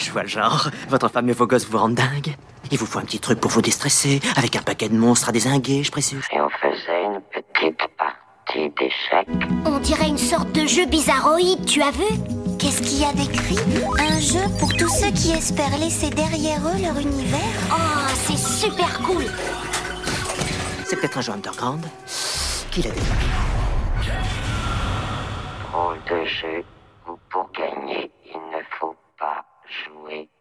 je vois le genre. Votre femme et vos gosses vous rendent dingue. Il vous faut un petit truc pour vous déstresser, avec un paquet de monstres à dézinguer, je présume. Et on faisait une petite partie d'échecs. On dirait une sorte de jeu bizarroïde, tu as vu? Qu'est-ce qu'il y a d'écrit? Un jeu pour tous ceux qui espèrent laisser derrière eux leur univers? Oh, c'est super cool. C'est peut-être un jeu underground. Qui l'a dit? Drôle de jeu où pour gagner, il ne faut pas jouer.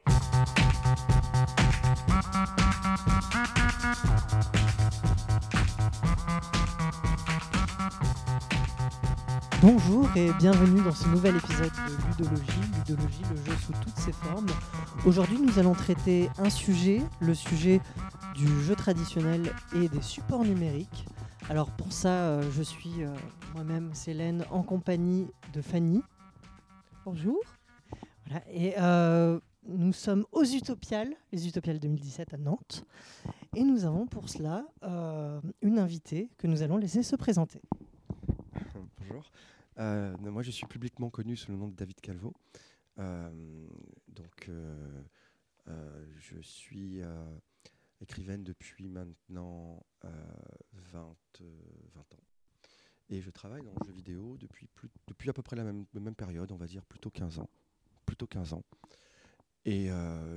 Bonjour et bienvenue dans ce nouvel épisode de Ludologie, le jeu sous toutes ses formes. Aujourd'hui, nous allons traiter un sujet, le sujet du jeu traditionnel et des supports numériques. Alors pour ça, je suis moi-même, Célène, en compagnie de Fanny. Bonjour. Voilà, et nous sommes aux Utopiales, les Utopiales 2017 à Nantes. Et nous avons pour cela une invitée que nous allons laisser se présenter. Bonjour. Moi, je suis publiquement connu sous le nom de David Calvo. Je suis écrivaine depuis maintenant 20 ans. Et je travaille dans le jeu vidéo depuis à peu près la même période, on va dire plutôt 15 ans. Et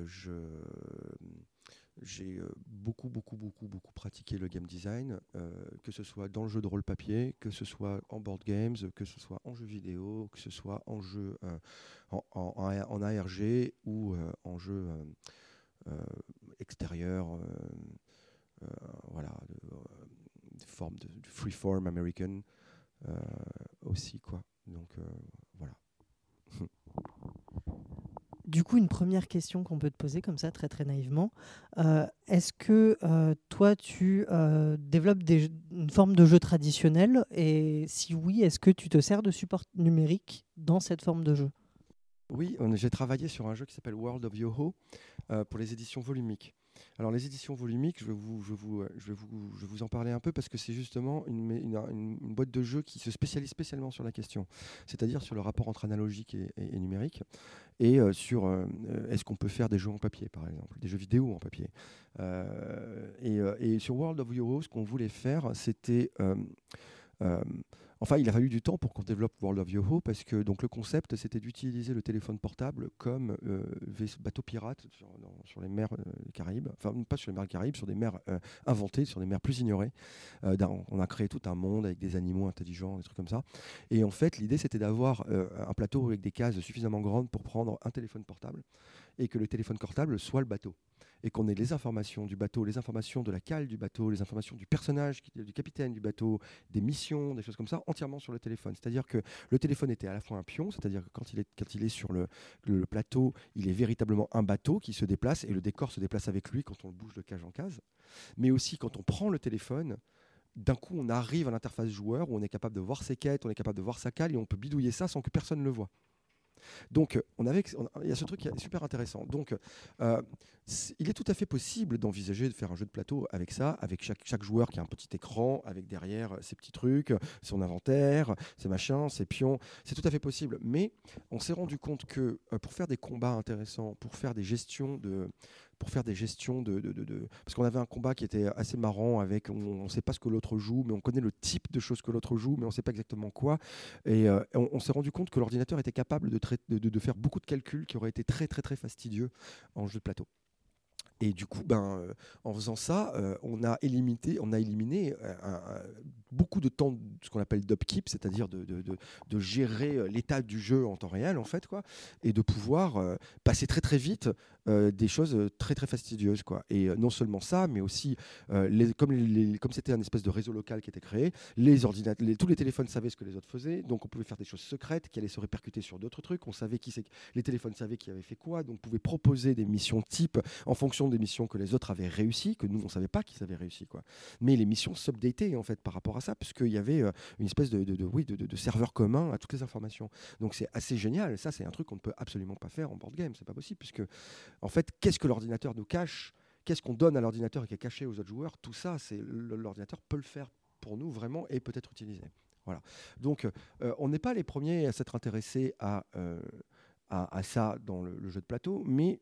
j'ai beaucoup pratiqué le game design, que ce soit dans le jeu de rôle papier, que ce soit en board games, que ce soit en jeu vidéo, que ce soit en jeu en ARG ou en jeu extérieur, voilà, de forme de freeform American aussi, quoi. Donc voilà. Du coup, une première question qu'on peut te poser comme ça, très très naïvement. Est-ce que toi, tu développes une forme de jeu traditionnel? Et si oui, est-ce que tu te sers de support numérique dans cette forme de jeu? Oui, j'ai travaillé sur un jeu qui s'appelle World of Yoho pour les éditions volumiques. Alors les éditions volumiques, je vais vous en parler un peu parce que c'est justement une boîte de jeu qui se spécialise spécialement sur la question, c'est-à-dire sur le rapport entre analogique et numérique, et sur est-ce qu'on peut faire des jeux en papier, par exemple, des jeux vidéo en papier. Et sur World of Yoho, ce qu'on voulait faire, c'était... Enfin, il a fallu du temps pour qu'on développe World of Yoho parce que donc, le concept, c'était d'utiliser le téléphone portable comme bateau pirate sur les mers Caraïbes. Enfin, pas sur les mers Caraïbes, sur des mers inventées, sur des mers plus ignorées. On a créé tout un monde avec des animaux intelligents, des trucs comme ça. Et en fait, l'idée, c'était d'avoir un plateau avec des cases suffisamment grandes pour prendre un téléphone portable et que le téléphone portable soit le bateau. Et qu'on ait les informations du bateau, les informations de la cale du bateau, les informations du personnage, du capitaine du bateau, des missions, des choses comme ça, entièrement sur le téléphone. C'est-à-dire que le téléphone était à la fois un pion, c'est-à-dire que quand il est sur le plateau, il est véritablement un bateau qui se déplace et le décor se déplace avec lui quand on le bouge de cage en case. Mais aussi quand on prend le téléphone, d'un coup on arrive à l'interface joueur où on est capable de voir ses quêtes, on est capable de voir sa cale et on peut bidouiller ça sans que personne ne le voie. Donc, il y a ce truc qui est super intéressant. Donc, il est tout à fait possible d'envisager de faire un jeu de plateau avec ça, avec chaque joueur qui a un petit écran, avec derrière ses petits trucs, son inventaire, ses machins, ses pions. C'est tout à fait possible. Mais on s'est rendu compte que pour faire des combats intéressants, pour faire des gestions de... Parce qu'on avait un combat qui était assez marrant, avec on ne sait pas ce que l'autre joue, mais on connaît le type de choses que l'autre joue, mais on ne sait pas exactement quoi. Et on s'est rendu compte que l'ordinateur était capable de faire beaucoup de calculs qui auraient été très très très fastidieux en jeu de plateau. Et du coup, en faisant ça, on a éliminé beaucoup de temps, ce qu'on appelle d'upkeep, c'est-à-dire de gérer l'état du jeu en temps réel, en fait, quoi, et de pouvoir passer très très vite des choses très très fastidieuses, quoi. Et non seulement ça, mais aussi comme c'était un espèce de réseau local qui était créé, tous les téléphones savaient ce que les autres faisaient, donc on pouvait faire des choses secrètes qui allaient se répercuter sur d'autres trucs. Les téléphones savaient qui avait fait quoi, donc on pouvait proposer des missions type en fonction des missions que les autres avaient réussi, que nous on savait pas qu'ils avaient réussi, quoi. Mais les missions s'updataient en fait par rapport à ça, parce qu'il y avait une espèce de serveur commun à toutes les informations. Donc c'est assez génial. Ça, c'est un truc qu'on ne peut absolument pas faire en board game. C'est pas possible, puisque en fait, qu'est-ce que l'ordinateur nous cache? Qu'est-ce qu'on donne à l'ordinateur et qui est caché aux autres joueurs? Tout ça, l'ordinateur peut le faire pour nous vraiment et peut être utilisé. Voilà. Donc, on n'est pas les premiers à s'être intéressés à à ça dans le jeu de plateau, mais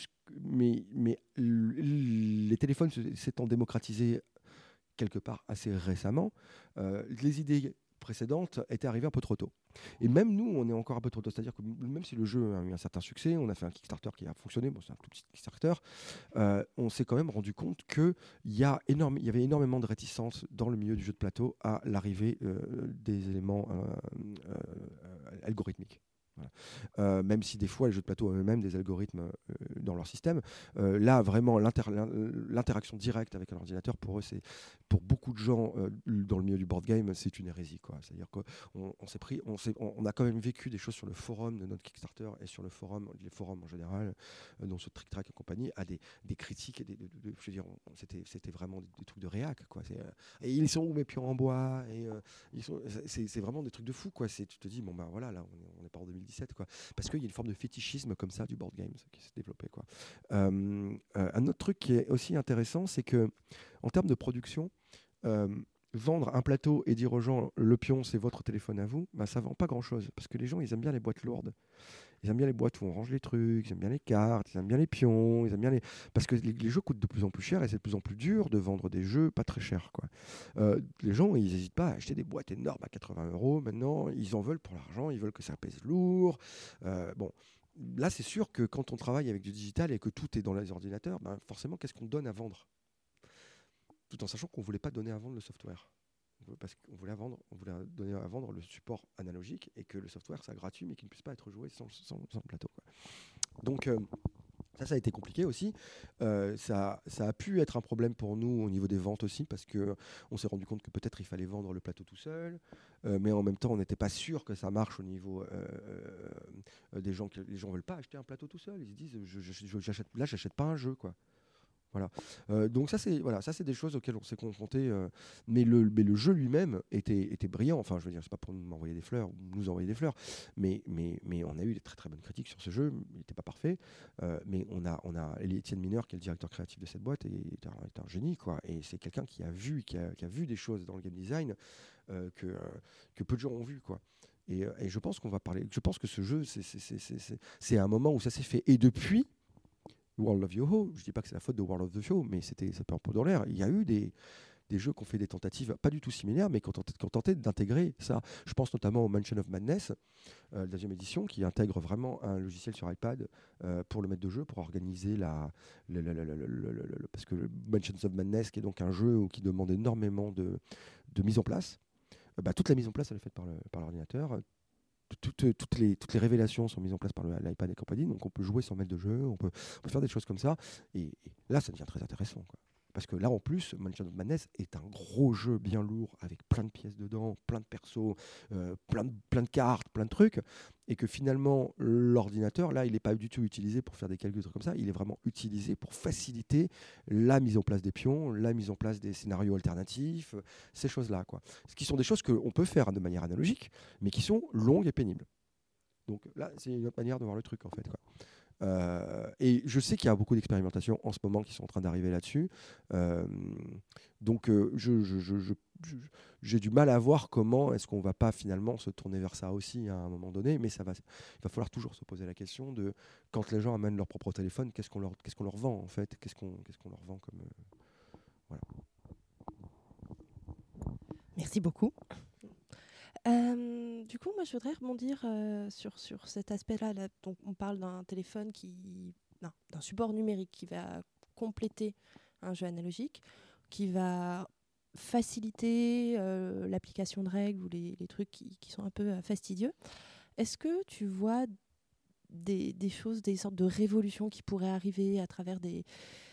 les téléphones s'étant démocratisés quelque part assez récemment, les idées précédentes étaient arrivées un peu trop tôt. Et même nous, on est encore un peu trop tôt. C'est-à-dire que même si le jeu a eu un certain succès, on a fait un Kickstarter qui a fonctionné, bon, c'est un tout petit Kickstarter, on s'est quand même rendu compte qu'il y avait énormément de réticence dans le milieu du jeu de plateau à l'arrivée des éléments algorithmiques. Voilà. Même si des fois les jeux de plateau ont eux-mêmes des algorithmes dans leur système, là vraiment l'interaction directe avec un ordinateur pour eux, c'est pour beaucoup de gens dans le milieu du board game, c'est une hérésie, quoi. C'est-à-dire qu'on a quand même vécu des choses sur le forum de notre Kickstarter et sur les forums en général, dont ce Trick Track et compagnie, à des critiques et je veux dire, c'était vraiment des trucs de réac, quoi. Et ils sont où mes pions en bois, et c'est vraiment des trucs de fou, quoi. Tu te dis bon ben voilà, là on n'est pas en 2017, quoi, parce qu'il y a une forme de fétichisme comme ça du board game qui s'est développé, quoi. Un autre truc qui est aussi intéressant, c'est que en termes de production, vendre un plateau et dire aux gens le pion c'est votre téléphone à vous, ben ça vend pas grand chose, parce que les gens ils aiment bien les boîtes lourdes, ils aiment bien les boîtes où on range les trucs, ils aiment bien les cartes, ils aiment bien les pions, ils aiment bien parce que les jeux coûtent de plus en plus cher et c'est de plus en plus dur de vendre des jeux pas très chers, quoi. Les gens ils n'hésitent pas à acheter des boîtes énormes à 80 € maintenant, ils en veulent pour l'argent, ils veulent que ça pèse lourd. Bon, là c'est sûr que quand on travaille avec du digital et que tout est dans les ordinateurs, ben forcément qu'est-ce qu'on donne à vendre, tout en sachant qu'on ne voulait pas donner à vendre le software. Parce qu'on voulait donner à vendre le support analogique et que le software soit gratuit mais qu'il ne puisse pas être joué sans le plateau, quoi. Donc ça a été compliqué aussi. Ça a pu être un problème pour nous au niveau des ventes aussi, parce qu'on s'est rendu compte que peut-être il fallait vendre le plateau tout seul, mais en même temps on n'était pas sûr que ça marche au niveau des gens. Les gens ne veulent pas acheter un plateau tout seul, ils se disent j'achète pas un jeu, quoi. Voilà. Donc ça c'est des choses auxquelles on s'est confronté, mais le jeu lui-même était brillant. Enfin, je veux dire, c'est pas pour m'envoyer des fleurs ou nous envoyer des fleurs, mais on a eu des très très bonnes critiques sur ce jeu. Il n'était pas parfait, mais on a Étienne Mineur, qui est le directeur créatif de cette boîte, est un génie, quoi. Et c'est quelqu'un qui a vu des choses dans le game design que peu de gens ont vu, quoi. Et je pense qu'on va parler. Je pense que ce jeu, c'est un moment où ça s'est fait. Et depuis World of Yoho, je ne dis pas que c'est la faute de World of the Show, mais ça peut un peu dans l'air. Il y a eu des jeux qui ont fait des tentatives, pas du tout similaires, mais qui ont tenté d'intégrer ça. Je pense notamment au Mansion of Madness, la deuxième édition, qui intègre vraiment un logiciel sur iPad pour le maître de jeu, pour organiser parce que le Mansion of Madness, qui est donc un jeu qui demande énormément de mise en place, toute la mise en place elle est faite par l'ordinateur. Toutes les révélations sont mises en place par l'iPad et compagnie, donc on peut jouer sans maître de jeu, on peut faire des choses comme ça, et là ça devient très intéressant, quoi. Parce que là en plus, Mansion of Madness est un gros jeu bien lourd, avec plein de pièces dedans, plein de persos, plein de cartes, plein de trucs, et que finalement l'ordinateur, là il n'est pas du tout utilisé pour faire des calculs comme ça, il est vraiment utilisé pour faciliter la mise en place des pions, la mise en place des scénarios alternatifs, ces choses-là, quoi. Ce qui sont des choses qu'on peut faire de manière analogique, mais qui sont longues et pénibles. Donc là, c'est une autre manière de voir le truc, en fait, quoi. Et je sais qu'il y a beaucoup d'expérimentations en ce moment qui sont en train d'arriver là-dessus. Donc j'ai du mal à voir comment est-ce qu'on va pas finalement se tourner vers ça aussi à un moment donné, mais il va falloir toujours se poser la question de, quand les gens amènent leur propre téléphone, qu'est-ce qu'on leur vend, en fait, qu'est-ce qu'on leur vend comme voilà. Merci beaucoup. Du coup, moi, je voudrais rebondir sur cet aspect-là. Donc, on parle d'un téléphone d'un support numérique qui va compléter un jeu analogique, qui va faciliter l'application de règles ou les trucs qui sont un peu fastidieux. Est-ce que tu vois des choses, des sortes de révolutions qui pourraient arriver à travers des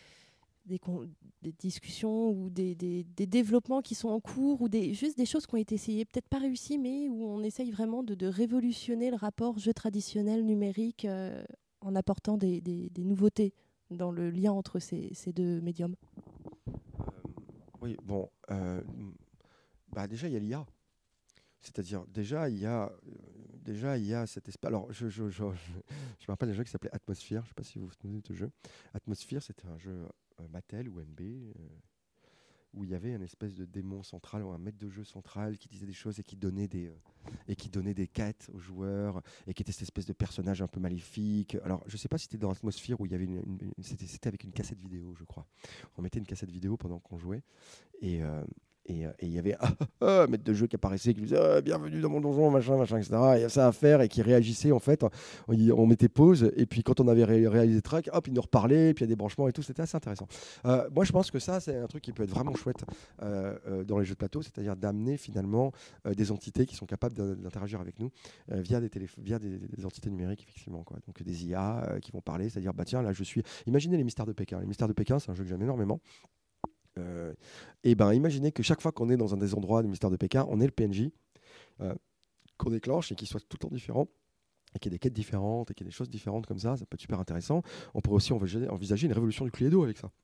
discussions ou des développements qui sont en cours, ou juste des choses qui ont été essayées, peut-être pas réussies, mais où on essaye vraiment de révolutionner le rapport jeu traditionnel numérique en apportant des nouveautés dans le lien entre ces deux médiums. Oui, bon, déjà il y a l'IA. C'est-à-dire, déjà il y a cet espace. Alors, je me rappelle d'un jeu qui s'appelait Atmosphere. Je ne sais pas si vous vous souvenez de ce jeu. Atmosphere, c'était un jeu Mattel ou NB, où il y avait une espèce de démon central ou un maître de jeu central qui disait des choses et qui donnait des quêtes aux joueurs et qui était cette espèce de personnage un peu maléfique. Alors, je sais pas si c'était dans l'atmosphère où il y avait c'était avec une cassette vidéo, je crois. On mettait une cassette vidéo pendant qu'on jouait et il y avait un maître de jeu qui apparaissait, qui disait bienvenue dans mon donjon, machin, etc. Il y a ça à faire et qui réagissait en fait. On mettait pause et puis quand on avait réalisé le track, hop, il nous reparlait, et puis il y a des branchements et tout, c'était assez intéressant. Moi je pense que ça c'est un truc qui peut être vraiment chouette dans les jeux de plateau, c'est-à-dire d'amener finalement des entités qui sont capables d'interagir avec nous via des entités numériques effectivement, quoi. Donc des IA qui vont parler, c'est-à-dire bah tiens là je suis. Imaginez les Mystères de Pékin. Les Mystères de Pékin, c'est un jeu que j'aime énormément. Et ben imaginez que chaque fois qu'on est dans un des endroits du Mystère de Pékin, on est le PNJ qu'on déclenche et qu'il soit tout le temps différent et qu'il y ait des quêtes différentes et qu'il y ait des choses différentes comme ça peut être super intéressant. On pourrait aussi envisager une révolution du Cluedo avec ça.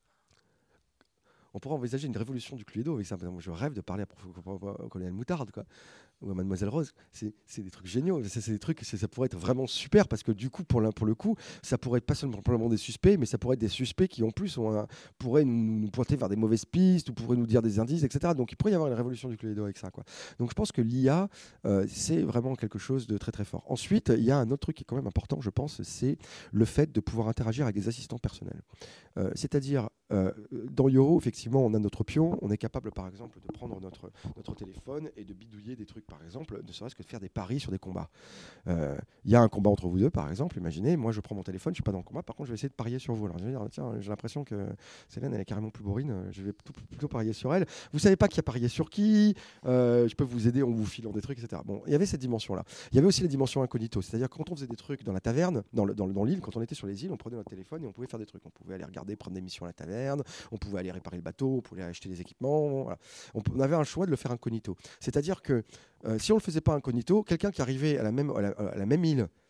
On pourrait envisager une révolution du Cluedo avec ça. Par exemple, je rêve de parler au colonel Moutarde, quoi, ou à Mademoiselle Rose. C'est des trucs géniaux. C'est des trucs, ça pourrait être vraiment super parce que du coup, pour le coup, ça pourrait être pas seulement des suspects, mais ça pourrait être des suspects qui en plus pourraient nous pointer vers des mauvaises pistes ou pourraient nous dire des indices, etc. Donc il pourrait y avoir une révolution du Cluedo avec ça, quoi. Donc je pense que l'IA, c'est vraiment quelque chose de très très fort. Ensuite, il y a un autre truc qui est quand même important, je pense, c'est le fait de pouvoir interagir avec des assistants personnels. C'est-à-dire, dans Yoho, effectivement, on a notre pion, on est capable par exemple de prendre notre téléphone et de bidouiller des trucs, par exemple, ne serait-ce que de faire des paris sur des combats. Il y a un combat entre vous deux, par exemple, imaginez, moi je prends mon téléphone, je suis pas dans le combat, par contre je vais essayer de parier sur vous. Alors je vais dire, tiens, j'ai l'impression que Célène elle est carrément plus bourrine, je vais plutôt parier sur elle. Vous savez pas qui a parié sur qui, je peux vous aider en vous filant des trucs, etc. Bon, il y avait cette dimension-là. Il y avait aussi la dimension incognito, c'est-à-dire quand on faisait des trucs dans la taverne, dans l'île, quand on était sur les îles, on prenait notre téléphone et on pouvait faire des trucs. On pouvait aller regarder, prendre des missions à la taverne, on pouvait aller réparer le bateau, on pouvait acheter des équipements. Voilà. On avait un choix de le faire incognito. C'est-à-dire que si on ne le faisait pas incognito, quelqu'un qui arrivait à la même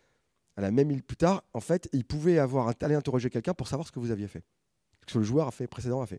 île plus tard, en fait, il pouvait aller interroger quelqu'un pour savoir ce que vous aviez fait. Ce que le joueur précédent a fait.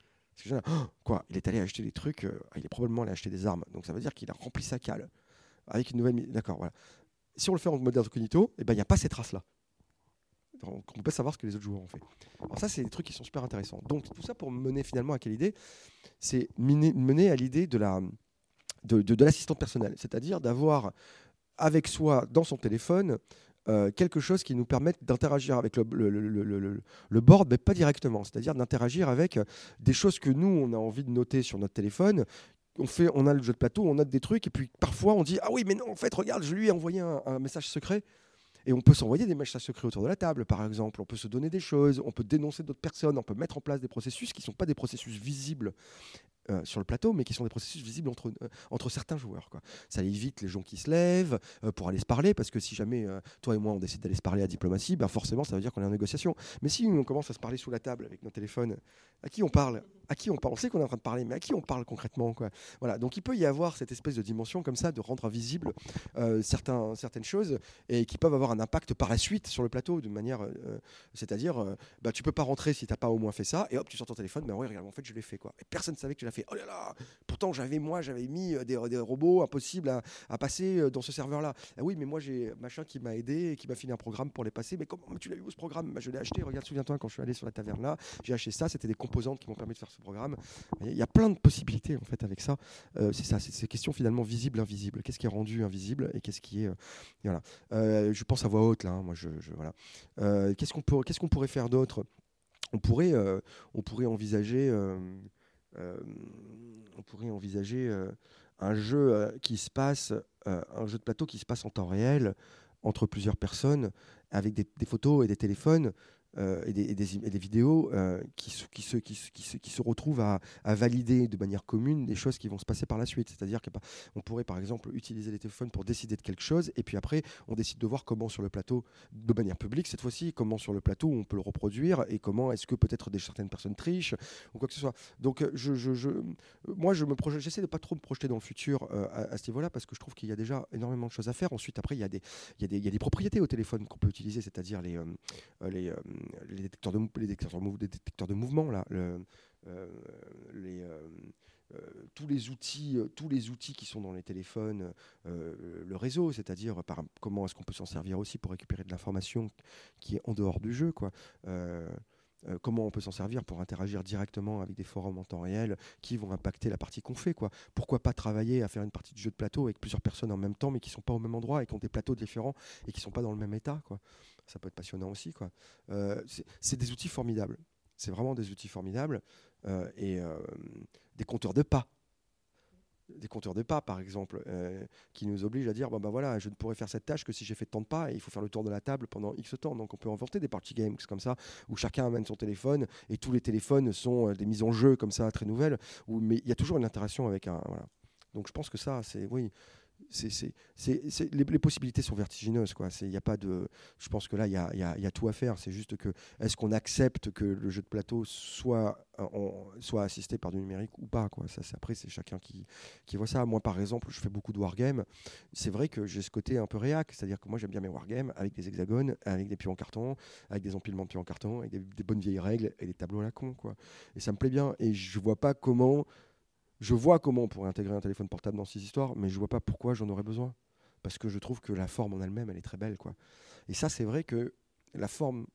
Quoi, il est allé acheter des trucs, il est probablement allé acheter des armes. Donc ça veut dire qu'il a rempli sa cale avec une nouvelle. D'accord, voilà. Si on le fait en mode incognito, il n'y a pas ces traces-là. Donc, on ne peut pas savoir ce que les autres joueurs ont fait. Alors ça, c'est des trucs qui sont super intéressants. Donc tout ça pour mener finalement à quelle idée ? C'est mener à l'idée de l'assistant personnel, c'est-à-dire d'avoir avec soi dans son téléphone quelque chose qui nous permette d'interagir avec le board, mais pas directement, c'est-à-dire d'interagir avec des choses que nous, on a envie de noter sur notre téléphone. On a le jeu de plateau, on note des trucs, et puis parfois on dit « Ah oui, mais non, en fait, regarde, je lui ai envoyé un message secret ». Et on peut s'envoyer des messages secrets autour de la table, par exemple. On peut se donner des choses, on peut dénoncer d'autres personnes, on peut mettre en place des processus qui ne sont pas des processus visibles sur le plateau, mais qui sont des processus visibles entre certains joueurs, quoi. Ça évite les gens qui se lèvent pour aller se parler, parce que si jamais toi et moi on décide d'aller se parler à diplomatie, ben forcément ça veut dire qu'on est en négociation. Mais si on commence à se parler sous la table avec nos téléphones, à qui on parle ? On sait qu'on est en train de parler, mais à qui on parle concrètement, quoi. Voilà. Donc il peut y avoir cette espèce de dimension comme ça, de rendre invisible certaines choses, et qui peuvent avoir un impact par la suite sur le plateau, de manière, c'est-à-dire, tu peux pas rentrer si t'as pas au moins fait ça, et hop, tu sors ton téléphone, oui, regarde, en fait je l'ai fait, quoi. Et personne ne savait que tu l'as fait. Oh là là, pourtant j'avais mis des robots impossibles à passer dans ce serveur-là. Ah oui, mais moi j'ai machin qui m'a aidé et qui m'a filé un programme pour les passer. Mais comment tu l'as eu où ce programme ? Je l'ai acheté. Regarde, souviens-toi quand je suis allé sur la taverne là, j'ai acheté ça. C'était des composantes qui m'ont permis de faire ce programme. Il y a plein de possibilités en fait avec ça. C'est ça, c'est ces questions finalement visibles, invisibles. Qu'est-ce qui est rendu invisible et qu'est-ce qui est voilà. Je pense à voix haute là. Hein, moi voilà. Qu'est-ce qu'on pourrait faire d'autre ? On pourrait envisager un jeu un jeu de plateau qui se passe en temps réel entre plusieurs personnes avec des photos et des téléphones et des vidéos qui se retrouvent à valider de manière commune des choses qui vont se passer par la suite. C'est-à-dire qu'on pourrait par exemple utiliser les téléphones pour décider de quelque chose et puis après on décide de voir comment sur le plateau, de manière publique cette fois-ci, comment sur le plateau on peut le reproduire et comment est-ce que peut-être certaines personnes trichent ou quoi que ce soit. Donc moi j'essaie de pas trop me projeter dans le futur à ce niveau-là parce que je trouve qu'il y a déjà énormément de choses à faire. Ensuite après il y a des propriétés au téléphone qu'on peut utiliser, c'est-à-dire les détecteurs de mouvement là, tous les outils qui sont dans les téléphones, le réseau, c'est-à-dire comment est-ce qu'on peut s'en servir aussi pour récupérer de l'information qui est en dehors du jeu, quoi. comment on peut s'en servir pour interagir directement avec des forums en temps réel qui vont impacter la partie qu'on fait, quoi. Pourquoi pas travailler à faire une partie de jeu de plateau avec plusieurs personnes en même temps, mais qui sont pas au même endroit et qui ont des plateaux différents et qui sont pas dans le même état, quoi. Ça peut être passionnant aussi, quoi. C'est des outils formidables. C'est vraiment des outils formidables et des compteurs de pas. Des compteurs de pas, par exemple, qui nous obligent à dire voilà, je ne pourrais faire cette tâche que si j'ai fait tant de pas et il faut faire le tour de la table pendant X temps. Donc on peut inventer des party games comme ça où chacun amène son téléphone et tous les téléphones sont des mises en jeu comme ça très nouvelles, mais il y a toujours une interaction avec un. Voilà. Donc je pense que ça, c'est. Oui. Les possibilités sont vertigineuses, quoi. Y a pas de, je pense que là, il y a tout à faire. C'est juste que, est-ce qu'on accepte que le jeu de plateau soit assisté par du numérique ou pas, quoi. Après, c'est chacun qui voit ça. Moi, par exemple, je fais beaucoup de wargames. C'est vrai que j'ai ce côté un peu réac, c'est-à-dire que moi, j'aime bien mes wargames avec des hexagones, avec des pions en carton, avec des empilements de pions en carton, avec des bonnes vieilles règles et des tableaux à la con, quoi. Et ça me plaît bien. Et je vois comment on pourrait intégrer un téléphone portable dans ces histoires, mais je vois pas pourquoi j'en aurais besoin. Parce que je trouve que la forme en elle-même, elle est très belle, quoi. Et ça, c'est vrai que la forme...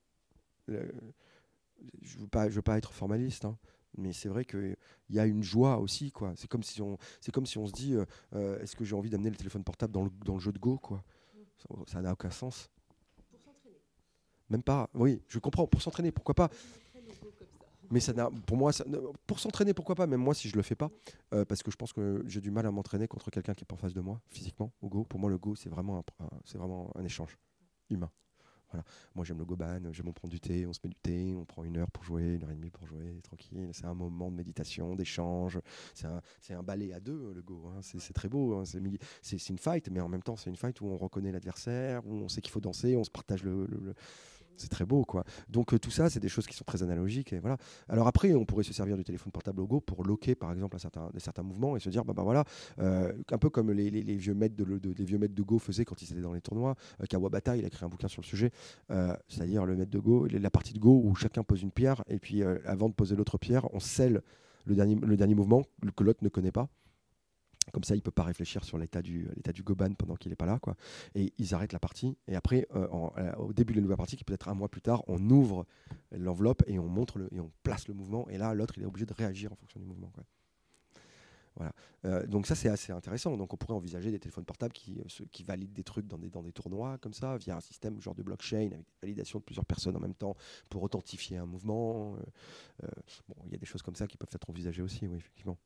je veux pas être formaliste, hein, mais c'est vrai qu'il y a une joie aussi, quoi. C'est comme si on se dit est-ce que j'ai envie d'amener le téléphone portable dans le jeu de Go, quoi. Ça n'a aucun sens. Pour s'entraîner. Même pas. Oui, je comprends. Pour s'entraîner, pourquoi pas. Mais pour s'entraîner, pourquoi pas, même moi si je le fais pas, parce que je pense que j'ai du mal à m'entraîner contre quelqu'un qui est pas en face de moi, physiquement, au Go. Pour moi, le Go, c'est vraiment un échange humain. Voilà. Moi, j'aime le Goban, j'aime prendre du thé, on se met du thé, on prend 1 heure pour jouer, 1 heure et demie pour jouer, tranquille. C'est un moment de méditation, d'échange. C'est un ballet à deux, le Go. Hein. C'est très beau. Hein. C'est une fight, mais en même temps, c'est une fight où on reconnaît l'adversaire, où on sait qu'il faut danser, on se partage c'est très beau, quoi. Donc tout ça, c'est des choses qui sont très analogiques. Et voilà. Alors après, on pourrait se servir du téléphone portable au Go pour loquer, par exemple, certains mouvements et se dire, voilà, un peu comme les vieux maîtres de Go faisaient quand ils étaient dans les tournois. Kawabata, il a écrit un bouquin sur le sujet, c'est-à-dire le maître de Go, la partie de Go où chacun pose une pierre et puis avant de poser l'autre pierre, on scelle le dernier mouvement que l'autre ne connaît pas. Comme ça, il ne peut pas réfléchir sur l'état du Goban pendant qu'il n'est pas là, quoi. Et ils arrêtent la partie. Et après, au début de la nouvelle partie, qui peut être un mois plus tard, on ouvre l'enveloppe et on et on place le mouvement. Et là, l'autre, il est obligé de réagir en fonction du mouvement, quoi. Voilà. Donc ça, c'est assez intéressant. Donc on pourrait envisager des téléphones portables qui valident des trucs dans des tournois comme ça, via un système genre de blockchain avec des validations de plusieurs personnes en même temps pour authentifier un mouvement. Il y a des choses comme ça qui peuvent être envisagées aussi, oui, effectivement.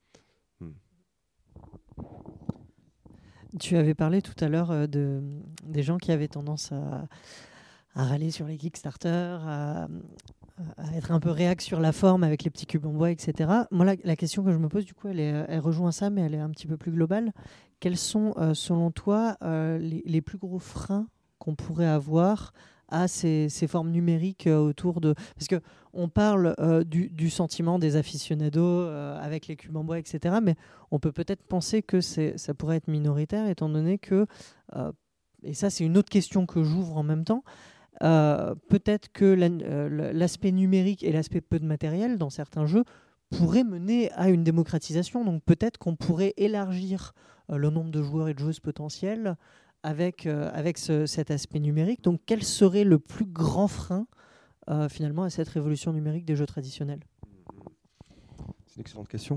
Tu avais parlé tout à l'heure des gens qui avaient tendance à râler sur les Kickstarter, à être un peu réac sur la forme avec les petits cubes en bois, etc. Moi, la question que je me pose, du coup, elle rejoint ça, mais elle est un petit peu plus globale. Quels sont, selon toi, les plus gros freins qu'on pourrait avoir à ces formes numériques autour de... Parce qu'on parle du sentiment des aficionados avec les cubes en bois, etc. Mais on peut peut-être penser que ça pourrait être minoritaire, étant donné que... et ça, c'est une autre question que j'ouvre en même temps. Peut-être que l'aspect numérique et l'aspect peu de matériel dans certains jeux pourraient mener à une démocratisation. Donc peut-être qu'on pourrait élargir le nombre de joueurs et de joueuses potentiels avec cet aspect numérique. Donc quel serait le plus grand frein finalement à cette révolution numérique des jeux traditionnels ? C'est une excellente question.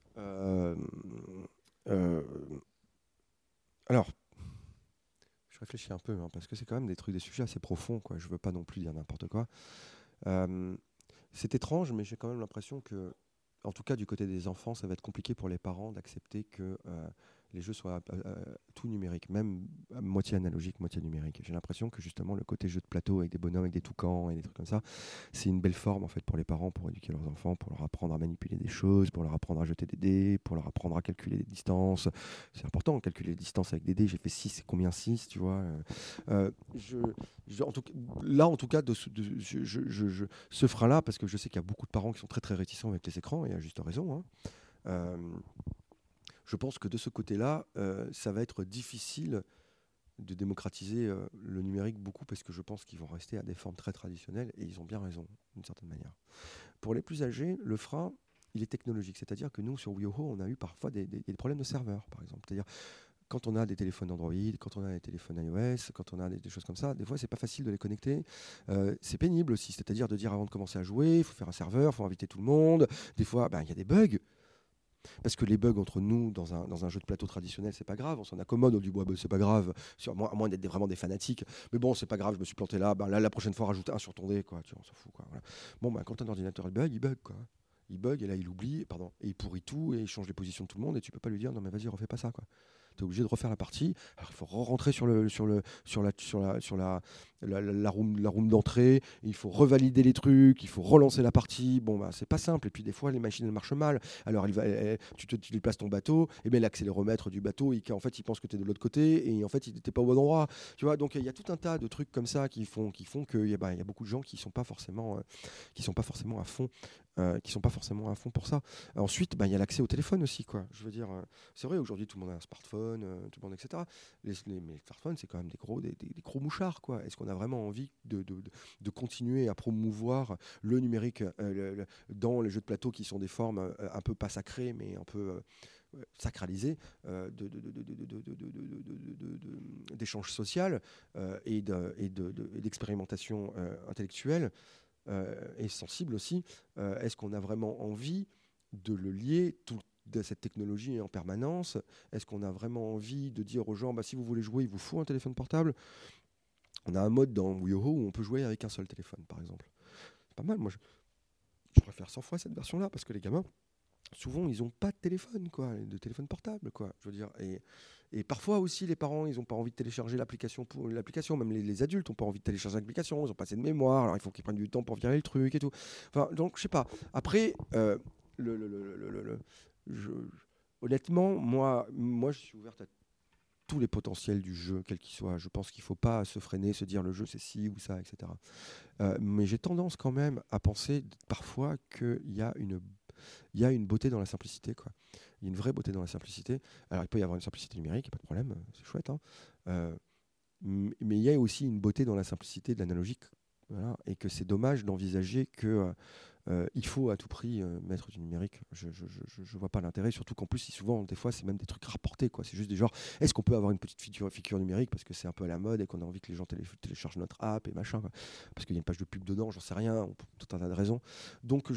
Alors, je réfléchis un peu, parce que c'est quand même des sujets assez profonds, quoi. Je veux pas non plus dire n'importe quoi. C'est étrange, mais j'ai quand même l'impression que, en tout cas du côté des enfants, ça va être compliqué pour les parents d'accepter que les jeux soient tout numériques, même à moitié analogique, moitié numérique. J'ai l'impression que justement le côté jeu de plateau avec des bonhommes, avec des toucans et des trucs comme ça, c'est une belle forme en fait pour les parents, pour éduquer leurs enfants, pour leur apprendre à manipuler des choses, pour leur apprendre à jeter des dés, pour leur apprendre à calculer des distances. C'est important de calculer les distances avec des dés. J'ai fait 6, c'est combien 6, tu vois. En tout cas, ce frein-là, parce que je sais qu'il y a beaucoup de parents qui sont très très réticents avec les écrans, et à juste raison, je pense que de ce côté-là, ça va être difficile de démocratiser le numérique beaucoup, parce que je pense qu'ils vont rester à des formes très traditionnelles, et ils ont bien raison, d'une certaine manière. Pour les plus âgés, le frein, il est technologique. C'est-à-dire que nous, sur WiiHo, on a eu parfois des problèmes de serveurs, par exemple. C'est-à-dire, quand on a des téléphones Android, quand on a des téléphones iOS, quand on a des choses comme ça, des fois c'est pas facile de les connecter. C'est pénible aussi, c'est-à-dire de dire avant de commencer à jouer, il faut faire un serveur, il faut inviter tout le monde. Des fois, il y a des bugs. Parce que les bugs entre nous, dans un jeu de plateau traditionnel, c'est pas grave, on s'en accommode, on dit c'est pas grave, à moins d'être vraiment des fanatiques, mais bon, c'est pas grave, je me suis planté là, là la prochaine fois, rajoute un sur ton dé, quoi, on s'en fout, quoi. Voilà. Bon, quand un ordinateur il bug, quoi. Il bug, et là il oublie, et il pourrit tout, et il change les positions de tout le monde, et tu peux pas lui dire, non mais vas-y, refais pas ça, quoi. Tu es obligé de refaire la partie. Alors, il faut rentrer sur la room d'entrée. Il faut revalider les trucs. Il faut relancer la partie. C'est pas simple. Et puis des fois, les machines elles marchent mal. Alors tu déplaces ton bateau. Et bien l'accéléromètre du bateau, il pense que tu es de l'autre côté. Et en fait, il n'était pas au bon endroit. Tu vois. Donc il y a tout un tas de trucs comme ça qui font qu'il y a beaucoup de gens qui sont pas forcément à fond. Qui sont pas forcément à fond pour ça. Ensuite, il y a l'accès au téléphone aussi, quoi. Je veux dire, c'est vrai, aujourd'hui tout le monde a un smartphone, tout le monde, etc. Mais les smartphones, c'est quand même des gros mouchards, quoi. Est-ce qu'on a vraiment envie de continuer à promouvoir le numérique dans les jeux de plateau qui sont des formes un peu pas sacrées, mais un peu sacralisées d'échange social et d'expérimentation intellectuelle et sensible aussi. Est-ce qu'on a vraiment envie de le lier de cette technologie en permanence? Est-ce qu'on a vraiment envie de dire aux gens, si vous voulez jouer, il vous faut un téléphone portable? On a un mode dans Yoho où on peut jouer avec un seul téléphone, par exemple. C'est pas mal, moi je préfère 100 fois cette version-là, parce que les gamins, souvent, ils n'ont pas de téléphone, quoi, de téléphone portable, quoi. Je veux dire, et parfois aussi, les parents, ils n'ont pas envie de télécharger l'application. Même les adultes n'ont pas envie de télécharger l'application. Ils ont pas assez de mémoire, alors il faut qu'ils prennent du temps pour virer le truc et tout. Enfin, donc, je sais pas. Après, honnêtement, moi, je suis ouverte à tous les potentiels du jeu, quel qu'il soit. Je pense qu'il ne faut pas se freiner, se dire le jeu c'est ci ou ça, etc. Mais j'ai tendance quand même à penser parfois qu'il y a une beauté dans la simplicité, quoi. Il y a une vraie beauté dans la simplicité. Alors, il peut y avoir une simplicité numérique, pas de problème, c'est chouette. Mais il y a aussi une beauté dans la simplicité de l'analogique. Voilà, et que c'est dommage d'envisager qu'il faut à tout prix mettre du numérique. Je vois pas l'intérêt, surtout qu'en plus, souvent, des fois, c'est même des trucs rapportés, quoi. C'est juste des genres, est-ce qu'on peut avoir une petite figure numérique parce que c'est un peu à la mode et qu'on a envie que les gens téléchargent notre app et machin, quoi. Parce qu'il y a une page de pub dedans, j'en sais rien, pour tout un tas de raisons. Donc,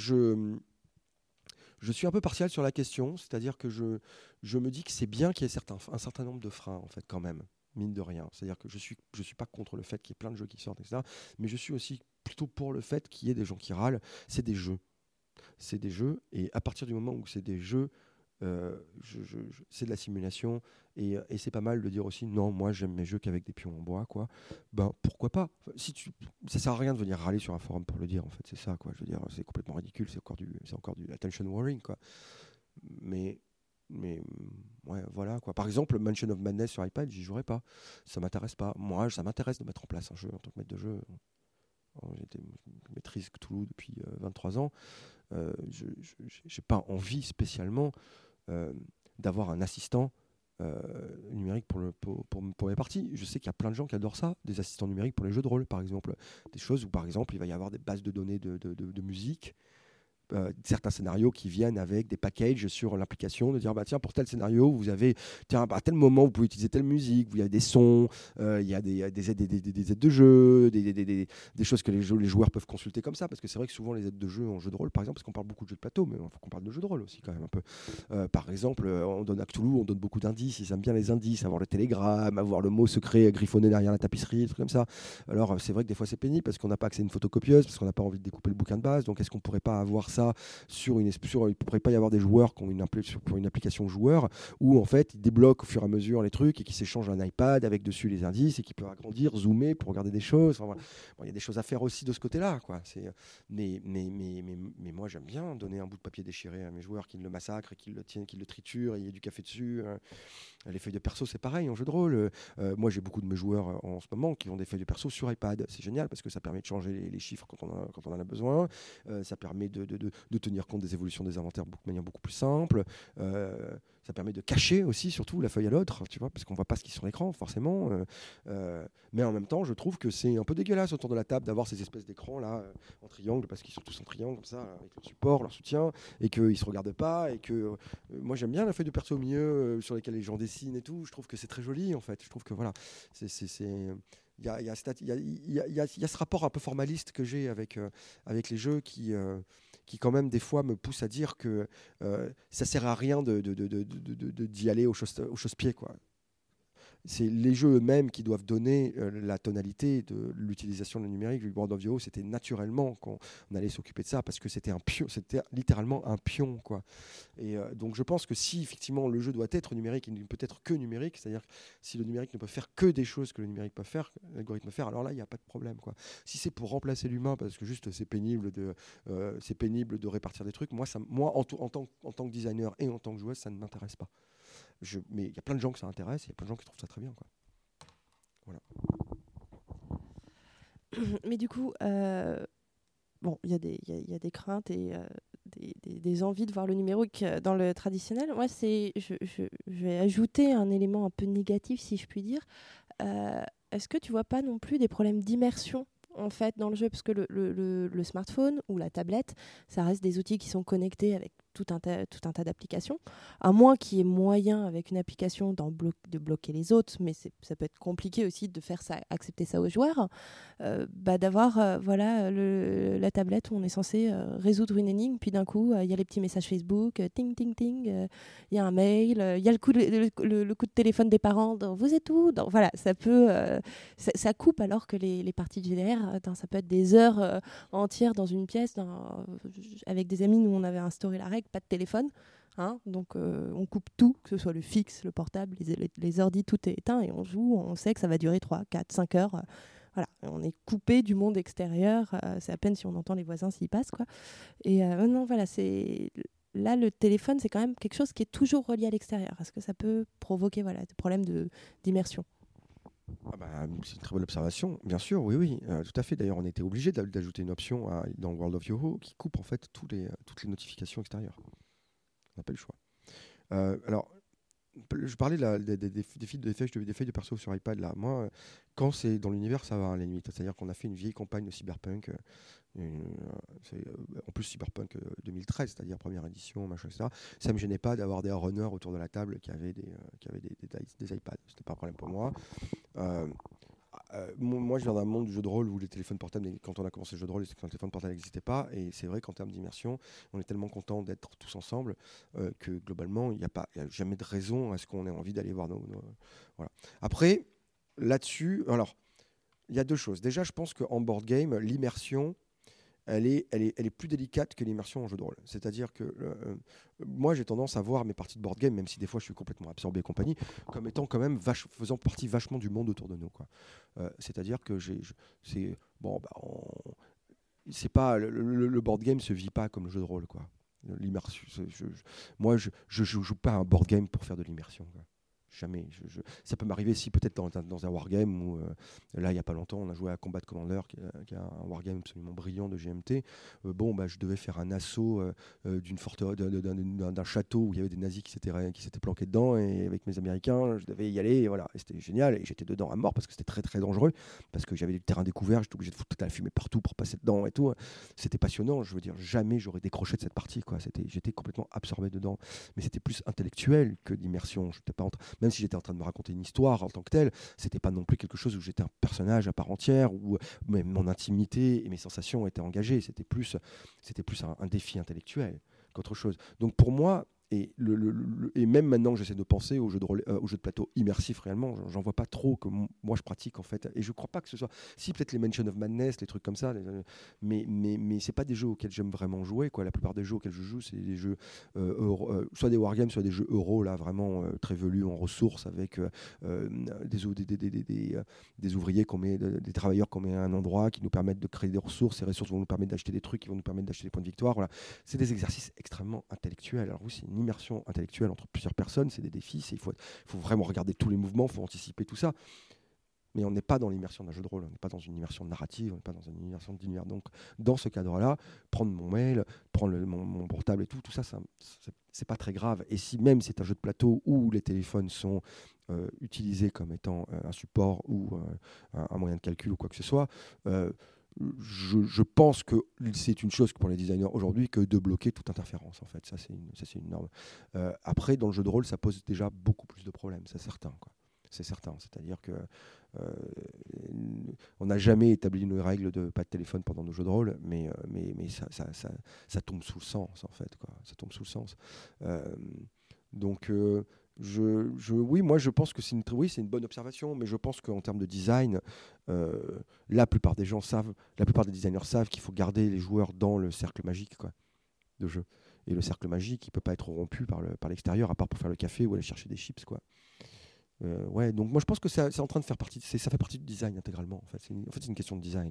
je suis un peu partial sur la question, c'est-à-dire que je me dis que c'est bien qu'il y ait un certain nombre de freins, en fait, quand même, mine de rien. C'est-à-dire que je suis pas contre le fait qu'il y ait plein de jeux qui sortent, etc. Mais je suis aussi plutôt pour le fait qu'il y ait des gens qui râlent. C'est des jeux. Et à partir du moment où c'est des jeux, c'est de la simulation. Et c'est pas mal de dire aussi, non, moi j'aime mes jeux qu'avec des pions en bois, quoi. Pourquoi pas? Ça sert à rien de venir râler sur un forum pour le dire, en fait, c'est ça, quoi. Je veux dire, c'est complètement ridicule, c'est encore du attention warring, quoi. Mais ouais, voilà, quoi. Par exemple, Mansion of Madness sur iPad, j'y jouerai pas. Ça m'intéresse pas. Moi, ça m'intéresse de mettre en place un jeu en tant que maître de jeu. Je maîtrise Cthulhu depuis 23 ans. Je n'ai pas envie spécialement d'avoir un assistant numérique pour mes parties. Je sais qu'il y a plein de gens qui adorent ça, des assistants numériques pour les jeux de rôle, par exemple. Des choses où, par exemple, il va y avoir des bases de données de musique, certains scénarios qui viennent avec des packages sur l'application, de dire tiens, pour tel scénario vous avez à tel moment vous pouvez utiliser telle musique, vous avez des sons, il y a des aides de jeu, des choses que les joueurs peuvent consulter comme ça, parce que c'est vrai que souvent les aides de jeu en jeu de rôle, par exemple, parce qu'on parle beaucoup de jeux de plateau, mais il faut qu'on parle de jeux de rôle aussi quand même un peu. Par exemple, on donne à Cthulhu, on donne beaucoup d'indices, ils aiment bien les indices, avoir le télégramme, avoir le mot secret griffonné derrière la tapisserie, des trucs comme ça. Alors c'est vrai que des fois c'est pénible parce qu'on n'a pas accès à une photocopieuse, parce qu'on n'a pas envie de découper le bouquin de base, donc est-ce qu'on pourrait pas avoir ça il ne pourrait pas y avoir des joueurs qui ont pour une application joueur où en fait ils débloquent au fur et à mesure les trucs et qui s'échangent un iPad avec dessus les indices et qui peuvent agrandir, zoomer pour regarder des choses. Enfin, voilà. Bon, y a des choses à faire aussi de ce côté-là, quoi. Mais moi j'aime bien donner un bout de papier déchiré à mes joueurs, qu'ils le massacrent et qu'ils le tiennent, qu'ils le triturent et il y a du café dessus. Les feuilles de perso c'est pareil en jeu de rôle. Moi j'ai beaucoup de mes joueurs en ce moment qui ont des feuilles de perso sur iPad. C'est génial parce que ça permet de changer les chiffres quand on en a besoin. Ça permet de de tenir compte des évolutions des inventaires de manière beaucoup plus simple. Ça permet de cacher aussi, surtout, la feuille à l'autre, tu vois, parce qu'on ne voit pas ce qui est sur l'écran, forcément. Mais en même temps, je trouve que c'est un peu dégueulasse autour de la table d'avoir ces espèces d'écrans là en triangle, parce qu'ils sont tous en triangle comme ça, avec leur support, leur soutien, et qu'ils ne se regardent pas. Et que moi, j'aime bien la feuille de perso au milieu, sur lesquelles les gens dessinent et tout. Je trouve que c'est très joli, en fait. Je trouve que voilà, il y a ce rapport un peu formaliste que j'ai avec les jeux qui quand même des fois me pousse à dire que ça sert à rien d'y aller au chausse-pied, quoi. C'est les jeux eux-mêmes qui doivent donner la tonalité de l'utilisation du numérique. World of Yo, c'était naturellement qu'on allait s'occuper de ça parce que c'était littéralement un pion, quoi. Et donc je pense que si effectivement le jeu doit être numérique, il ne peut être que numérique, c'est-à-dire que si le numérique ne peut faire que des choses que le numérique peut faire, l'algorithme peut faire, alors là il n'y a pas de problème, quoi. Si c'est pour remplacer l'humain parce que juste c'est pénible de répartir des trucs, moi en tant que designer et en tant que joueur, ça ne m'intéresse pas. Mais il y a plein de gens que ça intéresse, il y a plein de gens qui trouvent ça très bien, quoi. Voilà. Mais du coup, bon, il y a des craintes et des envies de voir le numérique dans le traditionnel. Moi, je vais ajouter un élément un peu négatif, si je puis dire. Est-ce que tu vois pas non plus des problèmes d'immersion en fait dans le jeu, parce que le smartphone ou la tablette, ça reste des outils qui sont connectés avec tout un tas d'applications, à moins qu'il y ait moyen avec une application de bloquer les autres, mais ça peut être compliqué aussi de faire ça, accepter ça aux joueurs, d'avoir voilà, la tablette où on est censé résoudre une énigme, puis d'un coup il y a les petits messages Facebook, ting ting ting, il y a un mail, il y a le coup de téléphone des parents, vous êtes où, voilà, ça peut ça coupe, alors que les parties de GDR, ça peut être des heures entières dans une pièce, avec des amis, nous on avait instauré la règle pas de téléphone, hein, donc on coupe tout, que ce soit le fixe, le portable, les ordis, tout est éteint et on joue, on sait que ça va durer 3, 4, 5 heures, voilà, on est coupé du monde extérieur, c'est à peine si on entend les voisins s'ils passent, quoi. Et non, voilà, là le téléphone, c'est quand même quelque chose qui est toujours relié à l'extérieur, parce que ça peut provoquer, voilà, des problèmes d'immersion. C'est une très bonne observation, bien sûr, oui, tout à fait. D'ailleurs, on était obligé d'ajouter une option dans World of Yoho qui coupe en fait toutes les notifications extérieures. On n'a pas eu le choix. Alors, je parlais des feuilles de perso sur iPad. Là. Moi, quand c'est dans l'univers, ça va à la limite. C'est-à-dire qu'on a fait une vieille campagne de Cyberpunk, en plus Cyberpunk 2013, c'est-à-dire première édition, machin, etc. Ça ne me gênait pas d'avoir des runners autour de la table qui avaient des iPads. C'était pas un problème pour moi. Moi, je viens d'un monde du jeu de rôle où les téléphones portables, quand on a commencé le jeu de rôle, quand le téléphone portable n'existait pas. Et c'est vrai qu'en termes d'immersion, on est tellement content d'être tous ensemble que globalement, il n'y a jamais de raison à ce qu'on ait envie d'aller voir Voilà. Après, là-dessus, alors, il y a deux choses. Déjà, je pense qu'en board game, l'immersion, elle est plus délicate que l'immersion en jeu de rôle. C'est-à-dire que moi, j'ai tendance à voir mes parties de board game, même si des fois je suis complètement absorbé et compagnie, comme étant quand même faisant partie vachement du monde autour de nous, quoi. C'est-à-dire que c'est pas le board game se vit pas comme le jeu de rôle, quoi. L'immersion. Moi, je joue pas à un board game pour faire de l'immersion, quoi. Jamais. Ça peut m'arriver si peut-être dans un wargame où là il n'y a pas longtemps on a joué à Combat Commander qui est un wargame absolument brillant de GMT. Je devais faire un assaut d'un château où il y avait des nazis qui s'étaient planqués dedans, et avec mes Américains je devais y aller, et voilà, et c'était génial, et j'étais dedans à mort parce que c'était très très dangereux, parce que j'avais du terrain découvert, j'étais obligé de foutre toute la fumée partout pour passer dedans et tout. C'était passionnant, je veux dire, jamais j'aurais décroché de cette partie, quoi. J'étais complètement absorbé dedans, mais c'était plus intellectuel que d'immersion. Même si j'étais en train de me raconter une histoire en tant que telle, c'était pas non plus quelque chose où j'étais un personnage à part entière, où même mon intimité et mes sensations étaient engagées. C'était plus un défi intellectuel qu'autre chose. Donc pour moi, et même maintenant que j'essaie de penser aux jeux de plateau immersifs réellement, j'en vois pas trop que moi je pratique en fait, et je crois pas que ce soit, si peut-être les Mansion of Madness, les trucs comme ça, mais c'est pas des jeux auxquels j'aime vraiment jouer, quoi. La plupart des jeux auxquels je joue, c'est des jeux soit des wargames, soit des jeux euro là vraiment très velus en ressources, avec des ouvriers qu'on met, des travailleurs qu'on met à un endroit qui nous permettent de créer des ressources. Ces ressources vont nous permettre d'acheter des trucs qui vont nous permettre d'acheter des points de victoire. Voilà, c'est des exercices extrêmement intellectuels. Alors oui, c'est une immersion intellectuelle entre plusieurs personnes, c'est des défis, il faut vraiment regarder tous les mouvements, il faut anticiper tout ça. Mais on n'est pas dans l'immersion d'un jeu de rôle, on n'est pas dans une immersion narrative, on n'est pas dans une immersion d'univers. Donc, dans ce cadre-là, prendre mon mail, prendre mon portable et tout ça, c'est pas très grave. Et si même c'est un jeu de plateau où les téléphones sont utilisés comme étant un support ou un moyen de calcul ou quoi que ce soit, je pense que c'est une chose pour les designers aujourd'hui que de bloquer toute interférence. En fait, ça c'est une norme. Après, dans le jeu de rôle, ça pose déjà beaucoup plus de problèmes, c'est certain, quoi. C'est certain, c'est-à-dire que on n'a jamais établi une règle de pas de téléphone pendant nos jeux de rôle, mais ça tombe sous le sens, en fait, quoi. Ça tombe sous le sens. Donc, oui, moi je pense que c'est une bonne observation, mais je pense qu'en termes de design, la plupart des designers savent qu'il faut garder les joueurs dans le cercle magique, quoi, de jeu. Et le cercle magique, il peut pas être rompu par l'extérieur, à part pour faire le café ou aller chercher des chips, quoi. Ouais, donc moi je pense que c'est en train de faire partie, ça fait partie du design intégralement. En fait, c'est une question de design.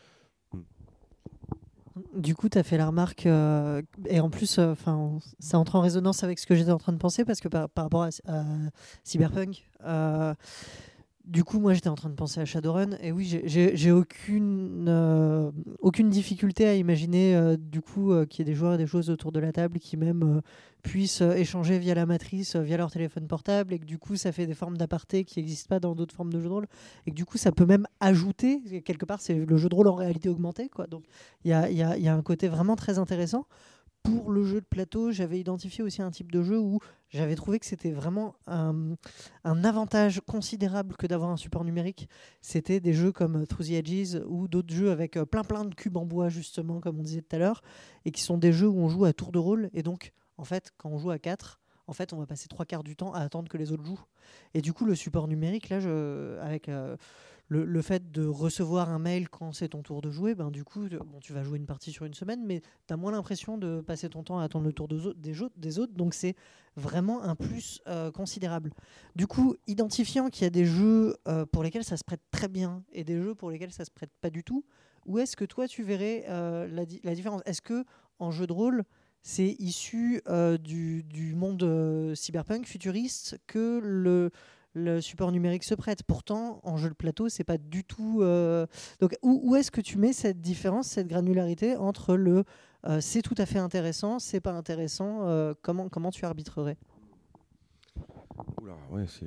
Du coup, tu as fait la remarque, et en plus, ça entre en résonance avec ce que j'étais en train de penser, parce que par rapport à Cyberpunk, du coup, moi j'étais en train de penser à Shadowrun, et oui, j'ai aucune difficulté à imaginer du coup qu'il y ait des joueurs et des joueuses autour de la table qui même puissent échanger via la matrice, via leur téléphone portable, et que du coup ça fait des formes d'aparté qui n'existent pas dans d'autres formes de jeux de rôle, et que du coup ça peut même ajouter, quelque part c'est le jeu de rôle en réalité augmentée, quoi. Donc il y a un côté vraiment très intéressant. Pour le jeu de plateau, j'avais identifié aussi un type de jeu où j'avais trouvé que c'était vraiment un avantage considérable que d'avoir un support numérique. C'était des jeux comme Through the Edges ou d'autres jeux avec plein de cubes en bois, justement, comme on disait tout à l'heure, et qui sont des jeux où on joue à tour de rôle. Et donc, en fait, quand on joue à 4, en fait, on va passer 3/4 du temps à attendre que les autres jouent. Et du coup, le support numérique, là, avec le fait de recevoir un mail quand c'est ton tour de jouer, ben, du coup, tu vas jouer une partie sur une semaine, mais tu as moins l'impression de passer ton temps à attendre le tour des autres. Donc, c'est vraiment un plus considérable. Du coup, identifiant qu'il y a des jeux pour lesquels ça se prête très bien et des jeux pour lesquels ça se prête pas du tout, où est-ce que toi, tu verrais la différence ? Est-ce que en jeu de rôle, c'est issu du monde cyberpunk futuriste que le support numérique se prête? Pourtant, en jeu de plateau, c'est pas du tout. Donc, où est-ce que tu mets cette différence, cette granularité entre le c'est tout à fait intéressant, c'est pas intéressant? Comment tu arbitrerais? Oula, ouais, c'est.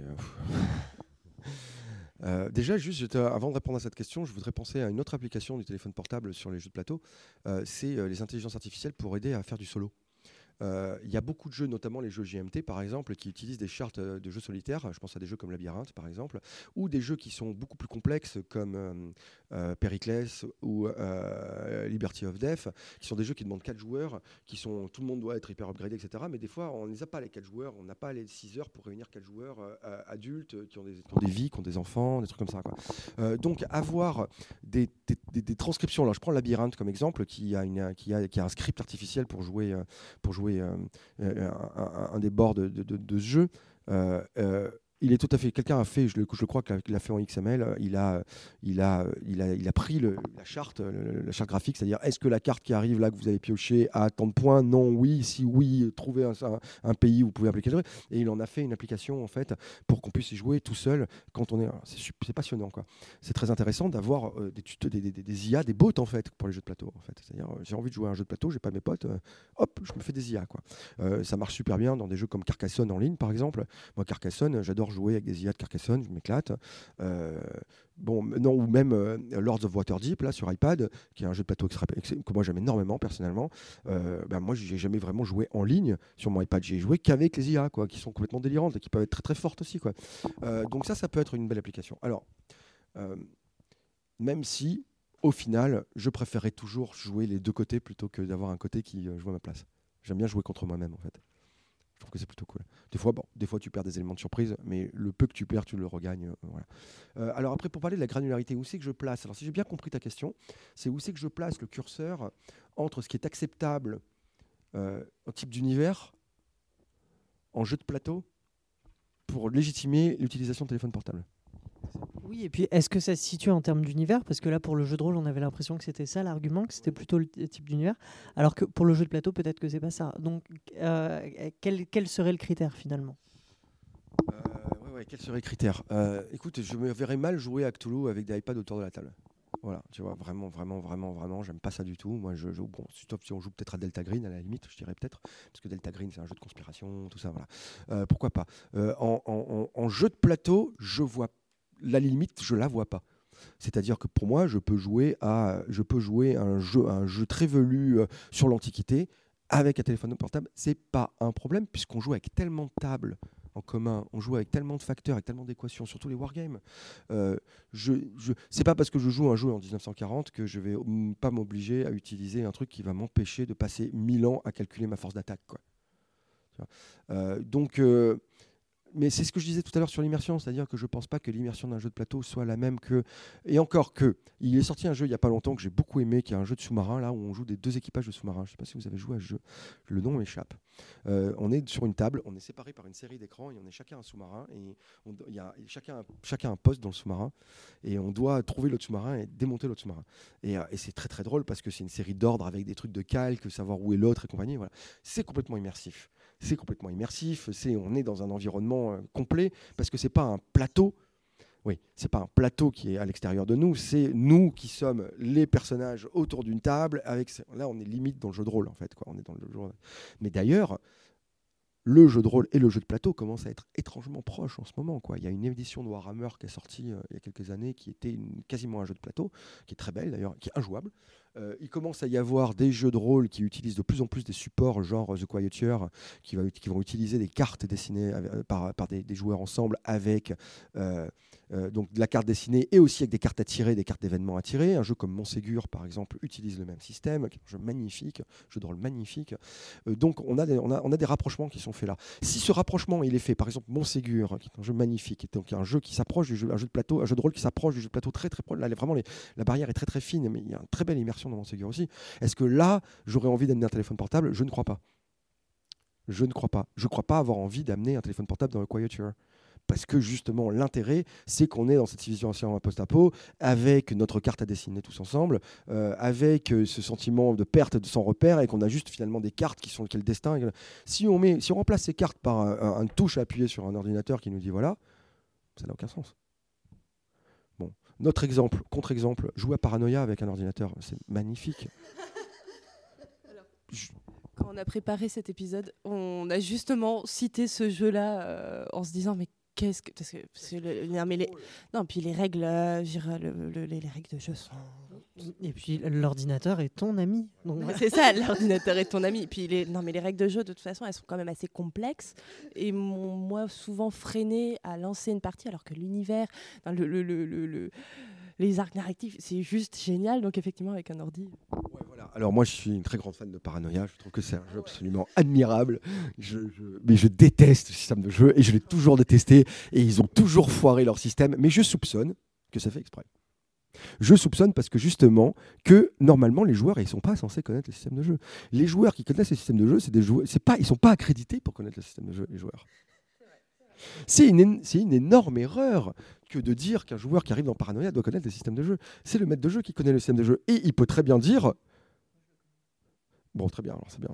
Déjà, juste avant de répondre à cette question, je voudrais penser à une autre application du téléphone portable sur les jeux de plateau. C'est les intelligences artificielles pour aider à faire du solo. Il y a beaucoup de jeux, notamment les jeux GMT par exemple, qui utilisent des chartes de jeux solitaires. Je pense à des jeux comme Labyrinthe par exemple, ou des jeux qui sont beaucoup plus complexes comme Periclès ou Liberty of Death, qui sont des jeux qui demandent 4 joueurs, tout le monde doit être hyper upgradé, etc. Mais des fois, on ne les a pas les 4 joueurs, on n'a pas les 6 heures pour réunir 4 joueurs adultes qui ont des vies, qui ont des enfants, des trucs comme ça, quoi. Donc avoir des transcriptions. Alors je prends Labyrinthe comme exemple, qui a un script artificiel pour jouer un des bords de ce jeu. Il est tout à fait. Quelqu'un a fait, je crois qu'il l'a fait en XML. Il a pris la charte graphique, c'est-à-dire est-ce que la carte qui arrive là que vous avez pioché a tant de points? Non, oui. Si oui, trouvez un pays où vous pouvez appliquer le jeu. Et il en a fait une application en fait pour qu'on puisse y jouer tout seul quand on est. C'est passionnant, quoi. C'est très intéressant d'avoir des IA, des bots en fait pour les jeux de plateau. En fait, c'est-à-dire j'ai envie de jouer à un jeu de plateau, j'ai pas mes potes, hop, je me fais des IA, quoi. Ça marche super bien dans des jeux comme Carcassonne en ligne par exemple. Moi, Carcassonne, j'adore jouer avec des IA de Carcassonne, je m'éclate. Ou même Lords of Waterdeep là sur iPad, qui est un jeu de plateau que moi j'aime énormément personnellement. Moi, j'ai jamais vraiment joué en ligne sur mon iPad. J'ai joué qu'avec les IA, quoi, qui sont complètement délirantes et qui peuvent être très très fortes aussi, quoi. Donc ça peut être une belle application. Alors, même si au final, je préférerais toujours jouer les deux côtés plutôt que d'avoir un côté qui joue à ma place. J'aime bien jouer contre moi-même en fait. Je trouve que c'est plutôt cool. Des fois tu perds des éléments de surprise, mais le peu que tu perds, tu le regagnes. Voilà. Alors après, pour parler de la granularité, où c'est que je place? Alors si j'ai bien compris ta question, c'est où c'est que je place le curseur entre ce qui est acceptable en type d'univers, en jeu de plateau, pour légitimer l'utilisation de téléphone portable. Oui, et puis est-ce que ça se situe en termes d'univers? Parce que là, pour le jeu de rôle, on avait l'impression que c'était ça l'argument, que c'était plutôt le type d'univers. Alors que pour le jeu de plateau, peut-être que c'est pas ça. Donc, quel serait le critère finalement? Ouais, quels seraient les critères? Écoute, je me verrais mal jouer à Cthulhu avec des iPads autour de la table. Voilà, tu vois, vraiment, j'aime pas ça du tout. Moi, bon, sauf si on joue peut-être à Delta Green, à la limite, je dirais peut-être, parce que Delta Green, c'est un jeu de conspiration, tout ça, voilà. Pourquoi pas? En jeu de plateau, je vois la limite, je la vois pas. C'est-à-dire que pour moi, je peux jouer à un jeu très velu sur l'Antiquité avec un téléphone portable. C'est pas un problème puisqu'on joue avec tellement de tables en commun, on joue avec tellement de facteurs, avec tellement d'équations, surtout les wargames. C'est pas parce que je joue un jeu en 1940 que je vais pas m'obliger à utiliser un truc qui va m'empêcher de passer 1000 ans à calculer ma force d'attaque, quoi. Donc, mais c'est ce que je disais tout à l'heure sur l'immersion, c'est-à-dire que je ne pense pas que l'immersion d'un jeu de plateau soit la même que... Et encore que, il est sorti un jeu il n'y a pas longtemps que j'ai beaucoup aimé, qui est un jeu de sous-marin, là où on joue des 2 équipages de sous-marins. Je ne sais pas si vous avez joué à ce jeu, le nom m'échappe. On est sur une table, on est séparés par une série d'écrans et on est chacun un sous-marin et il y a chacun un poste dans le sous-marin et on doit trouver l'autre sous-marin et démonter l'autre sous-marin. Et c'est très très drôle parce que c'est une série d'ordres avec des trucs de calque, savoir où est l'autre et compagnie. Voilà. C'est complètement immersif. On est dans un environnement complet parce que c'est pas un plateau. Oui, c'est pas un plateau qui est à l'extérieur de nous, c'est nous qui sommes les personnages autour d'une table. Là, on est limite dans le jeu de rôle en fait, quoi. On est dans le jeu de rôle. Mais d'ailleurs, le jeu de rôle et le jeu de plateau commencent à être étrangement proches en ce moment, quoi. Il y a une édition de Warhammer qui est sortie il y a quelques années, qui était quasiment un jeu de plateau, qui est très belle d'ailleurs, qui est injouable. Il commence à y avoir des jeux de rôle qui utilisent de plus en plus des supports, genre The Quietude, qui vont utiliser des cartes dessinées par des joueurs ensemble avec donc de la carte dessinée et aussi avec des cartes à tirer, des cartes d'événements à tirer. Un jeu comme Montségur, par exemple, utilise le même système, qui est un jeu magnifique, jeu de rôle magnifique. Donc on a des rapprochements qui sont faits là. Si ce rapprochement il est fait, par exemple Montségur, qui est un jeu magnifique, donc un jeu qui s'approche du jeu, un jeu de plateau, un jeu de rôle qui s'approche du jeu de plateau très très proche. Là, vraiment la barrière est très très fine, mais il y a une très belle immersion dans Montségur aussi. Est-ce que là, j'aurais envie d'amener un téléphone portable? Je ne crois pas. Je ne crois pas. Je ne crois pas avoir envie d'amener un téléphone portable dans le Quietude. Parce que justement, l'intérêt, c'est qu'on est dans cette civilisation post-apo, avec notre carte à dessiner tous ensemble, avec ce sentiment de perte de sans repère, et qu'on a juste finalement des cartes qui sont le destin. Si on remplace ces cartes par un touche à appuyer sur un ordinateur qui nous dit voilà, ça n'a aucun sens. Bon, notre exemple, contre-exemple, jouer à Paranoia avec un ordinateur, c'est magnifique. Quand on a préparé cet épisode, on a justement cité ce jeu-là en se disant mais qu'est-ce que puis les règles, les règles de jeu sont. Et puis l'ordinateur est ton ami. Donc... C'est ça, l'ordinateur est ton ami. Et puis les règles de jeu, de toute façon, elles sont quand même assez complexes et m'ont moi souvent freiné à lancer une partie, alors que l'univers, les arcs narratifs, c'est juste génial. Donc effectivement, avec un ordi. Ouais, voilà. Alors moi, je suis une très grande fan de Paranoia. Je trouve que c'est un jeu absolument admirable. Mais je déteste ce système de jeu et je l'ai toujours détesté. Et ils ont toujours foiré leur système. Mais je soupçonne que ça fait exprès. Je soupçonne parce que justement, que normalement, les joueurs, ils sont pas censés connaître le système de jeu. Les joueurs qui connaissent le système de jeu, ils sont pas accrédités pour connaître le système de jeu, les joueurs. C'est une énorme erreur que de dire qu'un joueur qui arrive dans Paranoia doit connaître le système de jeu. C'est le maître de jeu qui connaît le système de jeu. Et il peut très bien dire... Bon, très bien, alors c'est bien.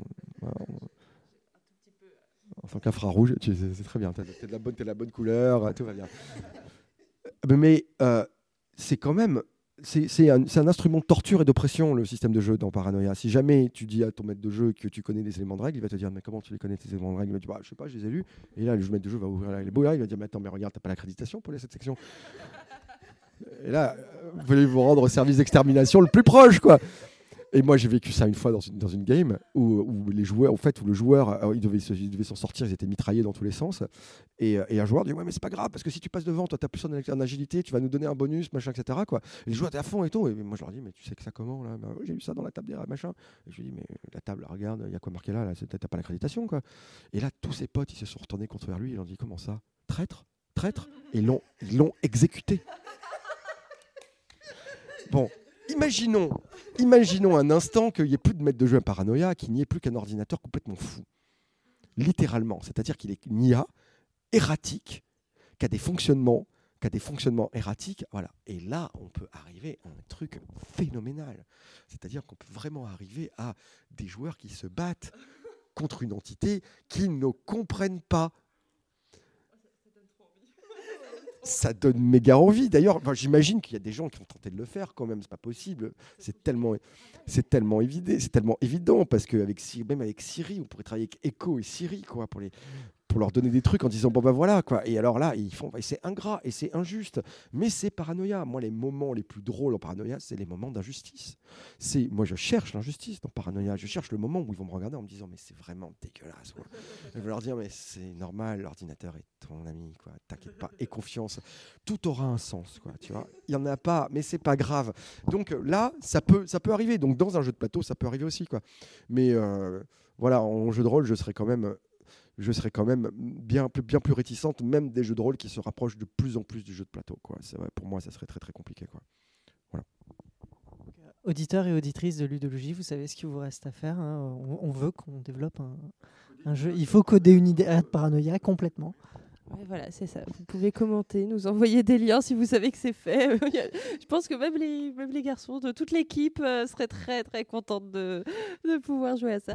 Enfin, qu'infrarouge, c'est très bien. T'as de la bonne couleur, tout va bien. Mais c'est quand même... C'est un instrument de torture et d'oppression, le système de jeu dans Paranoia. Si jamais tu dis à ton maître de jeu que tu connais des éléments de règles, il va te dire mais comment tu les connais tes éléments de règles? Il va te dire je sais pas, je les ai lus. Et là, le maître de jeu va ouvrir les beaux là, il va dire mais attends, mais regarde, t'as pas l'accréditation pour cette section. Et là, vous voulez vous rendre au service d'extermination le plus proche, quoi. Et moi, j'ai vécu ça une fois dans une game où les joueurs, en fait, où le joueur, il devait s'en sortir, ils étaient mitraillés dans tous les sens. Et un joueur dit ouais, mais c'est pas grave parce que si tu passes devant, toi, t'as plus en agilité, tu vas nous donner un bonus, machin, etc. Quoi. Et les joueurs étaient à fond et tout. Et moi, je leur dis mais tu sais que ça comment là? Oui, j'ai vu ça dans la table des machin. Et je lui dis mais la table, regarde, il y a quoi marqué là? T'as pas l'accréditation, quoi. Et là, tous ses potes, ils se sont retournés contre lui. Ils leur ont dit comment ça? Traître? Et ils l'ont exécuté. Bon. Imaginons un instant qu'il n'y ait plus de maître de jeu à Paranoia, qu'il n'y ait plus qu'un ordinateur complètement fou. Littéralement. C'est-à-dire qu'il est une IA erratique, qui a des fonctionnements erratiques. Voilà. Et là, on peut arriver à un truc phénoménal. C'est-à-dire qu'on peut vraiment arriver à des joueurs qui se battent contre une entité qu'ils ne comprennent pas. ça donne méga envie. D'ailleurs, enfin, j'imagine qu'il y a des gens qui ont tenté de le faire quand même. C'est pas possible. C'est tellement évident parce que même avec Siri, on pourrait travailler avec Echo et Siri, quoi, pour leur donner des trucs en disant bon ben voilà quoi. Et alors là, c'est ingrat et c'est injuste, mais c'est paranoïa. Moi, les moments les plus drôles en paranoïa, c'est les moments d'injustice. Moi, je cherche l'injustice dans paranoïa. Je cherche le moment où ils vont me regarder en me disant mais c'est vraiment dégueulasse. Quoi. Je vais leur dire mais c'est normal, l'ordinateur est ton ami, quoi. T'inquiète pas, aie confiance. Tout aura un sens, quoi. Tu vois, il y en a pas, mais c'est pas grave. Donc là, ça peut arriver. Donc dans un jeu de plateau, ça peut arriver aussi, quoi. Mais voilà, en jeu de rôle, je serais quand même bien plus réticente, même des jeux de rôle qui se rapprochent de plus en plus du jeu de plateau, quoi. C'est vrai, pour moi, ça serait très très compliqué, quoi. Voilà. Auditeurs et auditrices de Ludologie, vous savez ce qu'il vous reste à faire. Hein. On veut qu'on développe un jeu. Il faut coder une idée de paranoïa complètement. Ouais, voilà, c'est ça. Vous pouvez commenter, nous envoyer des liens si vous savez que c'est fait. Je pense que même les garçons de toute l'équipe seraient très très contents de pouvoir jouer à ça.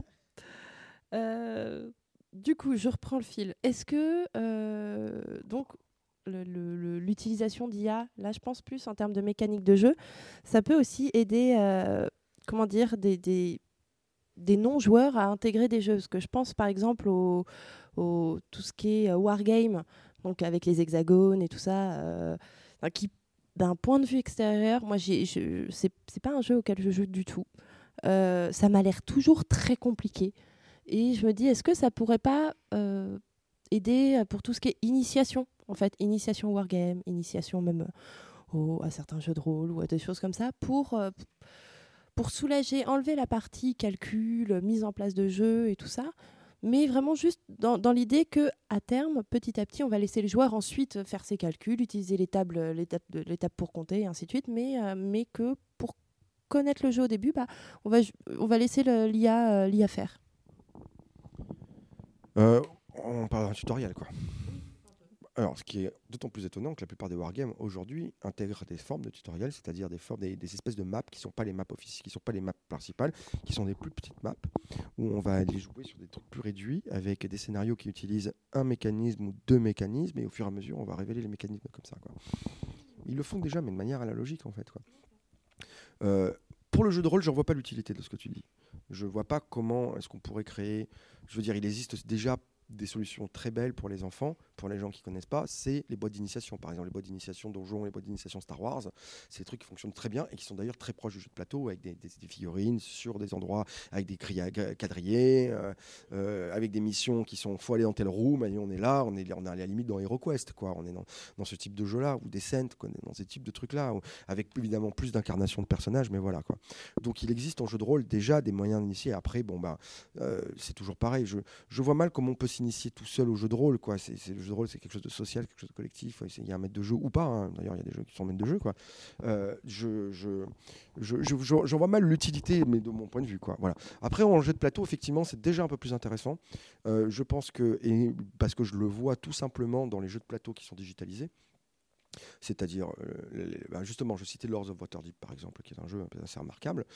Du coup, je reprends le fil. Est-ce que donc l'utilisation d'IA, là, je pense plus en termes de mécanique de jeu, ça peut aussi aider, des non-joueurs à intégrer des jeux. Parce que je pense par exemple au tout ce qui est wargame, donc avec les hexagones et tout ça, qui, d'un point de vue extérieur, moi, c'est pas un jeu auquel je joue du tout. Ça m'a l'air toujours très compliqué. Et je me dis, est-ce que ça pourrait pas aider pour tout ce qui est initiation, en fait, initiation wargame, initiation même à certains jeux de rôle ou à des choses comme ça, pour soulager, enlever la partie calcul, mise en place de jeu et tout ça, mais vraiment juste dans l'idée qu'à terme, petit à petit, on va laisser le joueur ensuite faire ses calculs, utiliser l'étape pour compter et ainsi de suite, mais que pour connaître le jeu au début, on va laisser l'IA faire. On parle d'un tutoriel, quoi. Alors, ce qui est d'autant plus étonnant que la plupart des wargames aujourd'hui intègrent des formes de tutoriel, c'est-à-dire des espèces de maps qui ne sont pas les maps officielles, qui ne sont pas les maps principales, qui sont des plus petites maps où on va aller jouer sur des trucs plus réduits avec des scénarios qui utilisent un mécanisme ou deux mécanismes, et au fur et à mesure, on va révéler les mécanismes comme ça, quoi. Ils le font déjà, mais de manière analogique, en fait, quoi. Pour le jeu de rôle, je ne vois pas l'utilité de ce que tu dis. Je ne vois pas comment est-ce qu'on pourrait créer... Je veux dire, il existe déjà des solutions très belles pour les enfants, pour les gens qui ne connaissent pas, c'est les boîtes d'initiation. Par exemple, les boîtes d'initiation Donjon, les boîtes d'initiation Star Wars, c'est des trucs qui fonctionnent très bien et qui sont d'ailleurs très proches du jeu de plateau, avec des figurines sur des endroits, avec des quadrillés, avec des missions qui sont « faut aller dans tel room », et on est là, on est à la limite dans HeroQuest, quoi. On est dans ce type de jeu-là, ou des scènes, dans ces types de trucs-là, avec évidemment plus d'incarnation de personnages, mais voilà, quoi. Donc il existe en jeu de rôle déjà des moyens d'initier. Après, c'est toujours pareil. Je vois mal comment on peut s'initier tout seul au jeu de rôle, quoi. Le jeu de rôle, c'est quelque chose de social, quelque chose de collectif. Il y a un maître de jeu ou pas, hein. D'ailleurs, il y a des jeux qui sont maîtres de jeu, quoi. Je vois mal l'utilité, mais de mon point de vue, quoi. Voilà. Après, en jeu de plateau, effectivement, c'est déjà un peu plus intéressant. Je pense parce que je le vois tout simplement dans les jeux de plateau qui sont digitalisés. C'est-à-dire, justement, je citais Lords of Waterdeep, par exemple, qui est un jeu assez remarquable.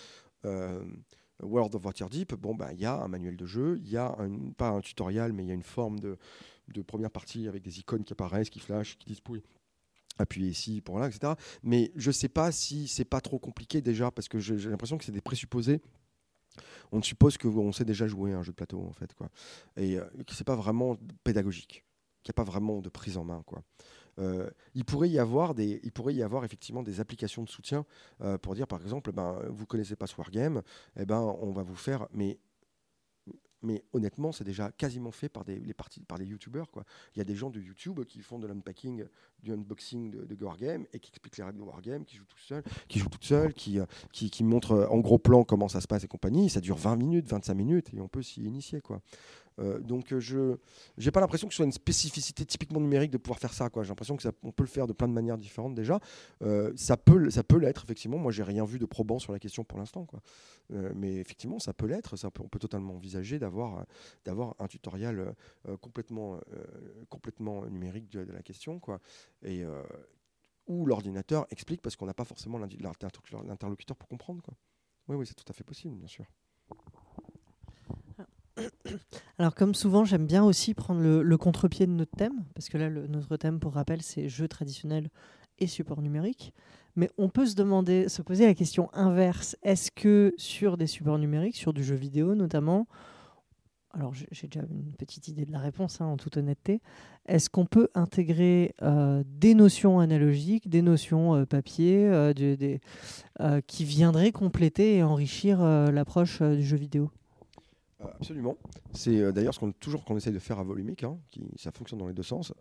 World of Waterdeep, il y a un manuel de jeu, il y a pas un tutoriel, mais il y a une forme de première partie avec des icônes qui apparaissent, qui flashent, qui disent « oui, appuyez ici, pour là, etc. » Mais je ne sais pas si c'est pas trop compliqué déjà, parce que j'ai l'impression que c'est des présupposés. On suppose qu'on sait déjà jouer à un jeu de plateau, en fait, quoi. Et que c'est pas vraiment pédagogique, qu'il n'y a pas vraiment de prise en main, quoi. Il pourrait y avoir effectivement des applications de soutien pour dire, par exemple, vous connaissez pas ce wargame, on va vous faire, mais honnêtement, c'est déjà quasiment fait par des youtubeurs, quoi. Il y a des gens de YouTube qui font de l'unpacking, du unboxing de wargame et qui expliquent les règles de wargame, qui jouent toutes seules, qui montrent en gros plan comment ça se passe et compagnie. Ça dure 20 minutes, 25 minutes et on peut s'y initier, quoi. Donc je n'ai pas l'impression que ce soit une spécificité typiquement numérique de pouvoir faire ça, quoi. J'ai l'impression qu'on peut le faire de plein de manières différentes déjà. Ça peut l'être, effectivement. Moi, j'ai rien vu de probant sur la question pour l'instant, quoi. Mais effectivement, ça peut l'être. On peut totalement envisager d'avoir un tutoriel complètement numérique de la question, quoi. Et où l'ordinateur explique parce qu'on n'a pas forcément l'interlocuteur pour comprendre, quoi. Oui, c'est tout à fait possible, bien sûr. Alors comme souvent, j'aime bien aussi prendre le contre-pied de notre thème, parce que là, notre thème, pour rappel, c'est jeux traditionnels et support numérique. Mais on peut se poser la question inverse. Est-ce que sur des supports numériques, sur du jeu vidéo notamment, alors j'ai déjà une petite idée de la réponse, en toute honnêteté, est-ce qu'on peut intégrer des notions analogiques, des notions papier, qui viendraient compléter et enrichir l'approche du jeu vidéo ? Absolument. C'est d'ailleurs ce qu'on essaye de faire à Volumic, ça fonctionne dans les deux sens.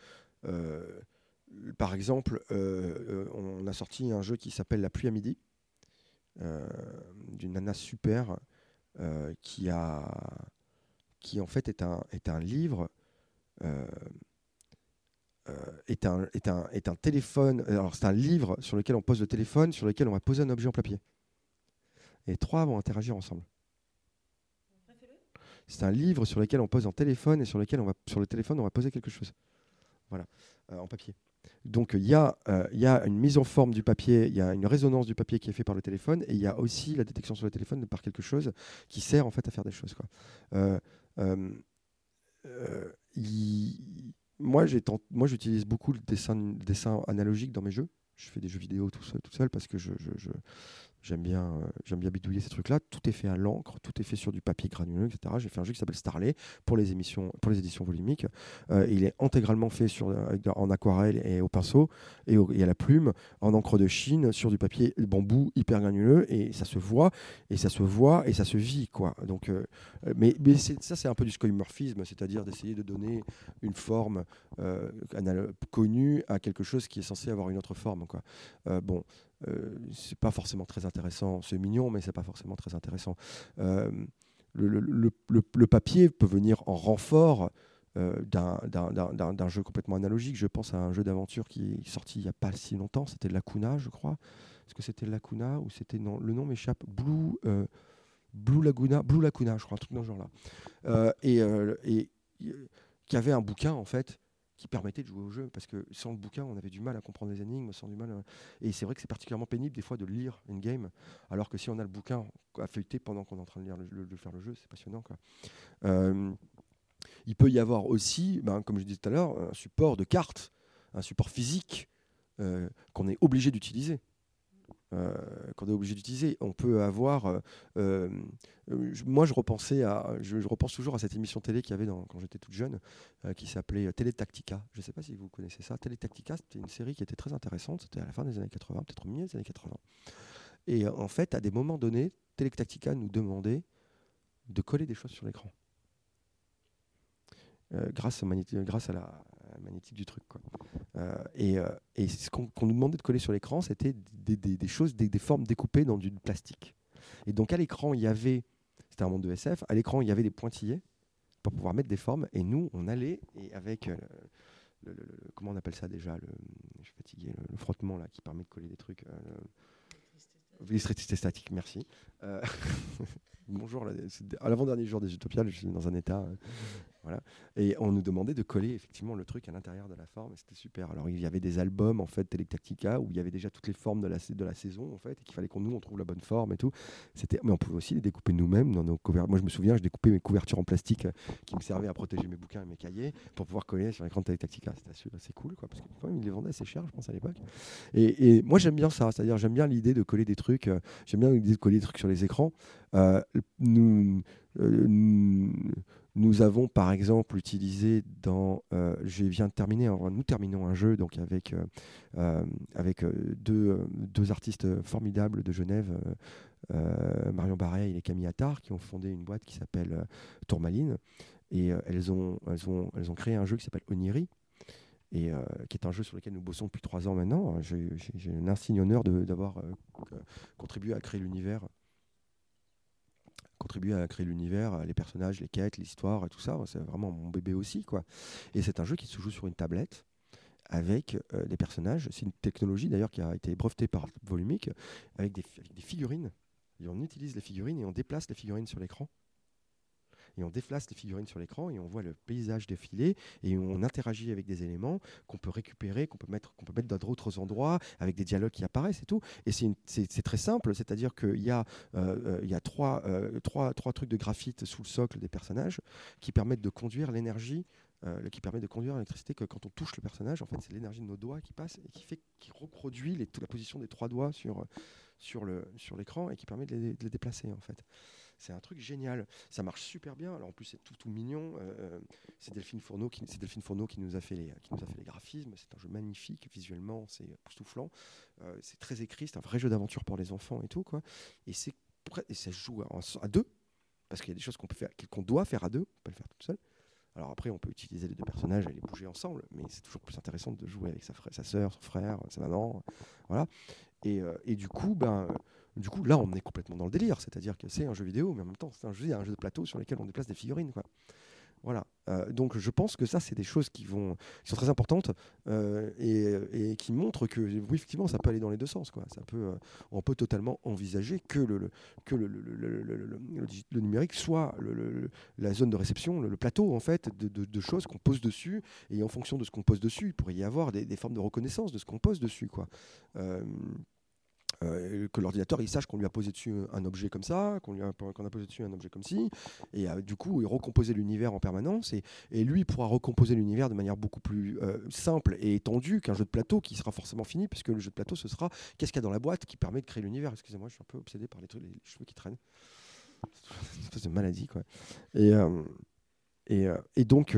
Par exemple, on a sorti un jeu qui s'appelle La pluie à midi, d'une nana super, qui en fait est un livre, est un téléphone. Alors c'est un livre sur lequel on pose le téléphone, sur lequel on va poser un objet en papier. Et trois vont interagir ensemble. C'est un livre sur lequel on pose un téléphone et sur le téléphone on va poser quelque chose. Voilà, en papier. Donc il y a une mise en forme du papier, il y a une résonance du papier qui est fait par le téléphone, et il y a aussi la détection sur le téléphone par quelque chose qui sert en fait à faire des choses, quoi. Moi j'utilise beaucoup le dessin analogique dans mes jeux. Je fais des jeux vidéo tout seul parce que j'aime bien bidouiller ces trucs-là. Tout est fait à l'encre, tout est fait sur du papier granuleux, etc. J'ai fait un jeu qui s'appelle Starley pour les éditions Volumic. Il est intégralement fait en aquarelle et au pinceau et à la plume, en encre de Chine, sur du papier bambou hyper granuleux, et ça se voit et ça se vit, quoi. Donc, mais c'est un peu du skeuomorphisme, c'est-à-dire d'essayer de donner une forme connue à quelque chose qui est censé avoir une autre forme, quoi. C'est pas forcément très intéressant, c'est mignon, mais c'est pas forcément très intéressant. Le papier peut venir en renfort d'un jeu complètement analogique. Je pense à un jeu d'aventure qui est sorti il n'y a pas si longtemps, c'était Lacuna, je crois. Est-ce que c'était Lacuna ou c'était, non, le nom m'échappe, Blue Lacuna, je crois, un truc dans ce genre-là. Et qui avait un bouquin, en fait, qui permettait de jouer au jeu, parce que sans le bouquin, on avait du mal à comprendre les énigmes, et c'est vrai que c'est particulièrement pénible des fois de lire une game, alors que si on a le bouquin à feuilleter pendant qu'on est en train de lire faire le jeu, c'est passionnant, quoi. Il peut y avoir aussi, comme je disais tout à l'heure, un support de cartes, un support physique qu'on est obligé d'utiliser. On peut avoir. Moi, je repense toujours à cette émission télé qu'il y avait quand j'étais toute jeune, qui s'appelait Télétactica. Je ne sais pas si vous connaissez ça. Télétactica, c'était une série qui était très intéressante. C'était à la fin des années 80, peut-être au milieu des années 80. Et en fait, à des moments donnés, Télétactica nous demandait de coller des choses sur l'écran. Grâce à la magnétique du truc, quoi. Et ce qu'on nous demandait de coller sur l'écran, c'était des choses, des formes découpées dans du plastique. Et donc à l'écran, c'était un monde de SF, à l'écran il y avait des pointillés pour pouvoir mettre des formes, et nous on allait, et avec comment on appelle ça déjà, je suis fatigué, le frottement là qui permet de coller des trucs, l'électricité statique, merci. Bonjour, à l'avant-dernier jour des Utopiales, je suis dans un état. Voilà. Et on nous demandait de coller effectivement le truc à l'intérieur de la forme, et c'était super. Alors il y avait des albums en fait Télétactica où il y avait déjà toutes les formes de la saison en fait, et qu'il fallait qu'on trouve la bonne forme et tout. Mais on pouvait aussi les découper nous-mêmes dans nos couvertures. Moi je me souviens, je découpais mes couvertures en plastique qui me servaient à protéger mes bouquins et mes cahiers pour pouvoir coller sur l'écran de Télétactica. C'était assez cool, quoi, parce que quand même ils les vendaient assez cher, je pense, à l'époque. Et moi j'aime bien ça, c'est-à-dire j'aime bien l'idée de coller des trucs, sur les écrans. Nous avons par exemple utilisé nous terminons un jeu donc avec deux artistes formidables de Genève, Marion Barret et Camille Attard, qui ont fondé une boîte qui s'appelle Tourmaline, et elles ont créé un jeu qui s'appelle Oniri, et qui est un jeu sur lequel nous bossons depuis 3 ans maintenant. J'ai un insigne honneur d'avoir contribué à créer l'univers, les personnages, les quêtes, l'histoire et tout ça. C'est vraiment mon bébé aussi, quoi. Et c'est un jeu qui se joue sur une tablette avec des personnages. C'est une technologie d'ailleurs qui a été brevetée par Volumic, avec des figurines. Et on utilise les figurines et on déplace les figurines sur l'écran. et on déplace les figurines sur l'écran et on voit le paysage défiler et on interagit avec des éléments qu'on peut récupérer, qu'on peut mettre dans d'autres endroits avec des dialogues qui apparaissent et tout. Et c'est très simple, c'est-à-dire qu'il y a trois trucs de graphite sous le socle des personnages qui permettent de conduire l'énergie. Qui permet de conduire l'électricité que quand on touche le personnage, en fait, c'est l'énergie de nos doigts qui passe et qui reproduit toute la position des 3 doigts sur l'écran et qui permet de les déplacer, en fait. C'est un truc génial. Ça marche super bien. Alors en plus, c'est tout mignon. C'est Delphine Fourneau qui nous a fait les graphismes. C'est un jeu magnifique visuellement. C'est époustouflant. C'est très écrit. C'est un vrai jeu d'aventure pour les enfants et tout, quoi. Et ça se joue à 2 parce qu'il y a des choses qu'on doit faire à 2. On peut pas le faire tout seul. Alors après, on peut utiliser les 2 personnages et les bouger ensemble, mais c'est toujours plus intéressant de jouer avec sa sœur, son frère, sa maman, voilà. Et du coup, là, on est complètement dans le délire, c'est-à-dire que c'est un jeu vidéo, mais en même temps, c'est un jeu de plateau sur lequel on déplace des figurines, quoi. Voilà. Donc je pense que ça, c'est des choses qui sont très importantes et qui montrent que, oui, effectivement, ça peut aller dans les 2 sens, quoi. On peut totalement envisager que le numérique soit la zone de réception, le plateau, en fait, de choses qu'on pose dessus. Et en fonction de ce qu'on pose dessus, il pourrait y avoir des formes de reconnaissance de ce qu'on pose dessus, quoi. Que l'ordinateur il sache qu'on lui a posé dessus un objet comme ça, qu'on a posé dessus un objet comme ci, et du coup il recomposait l'univers en permanence, et lui il pourra recomposer l'univers de manière beaucoup plus simple et étendue qu'un jeu de plateau qui sera forcément fini, puisque le jeu de plateau ce sera qu'est-ce qu'il y a dans la boîte qui permet de créer l'univers. Excusez-moi, je suis un peu obsédé par les cheveux qui traînent, c'est une espèce de maladie, quoi. Et donc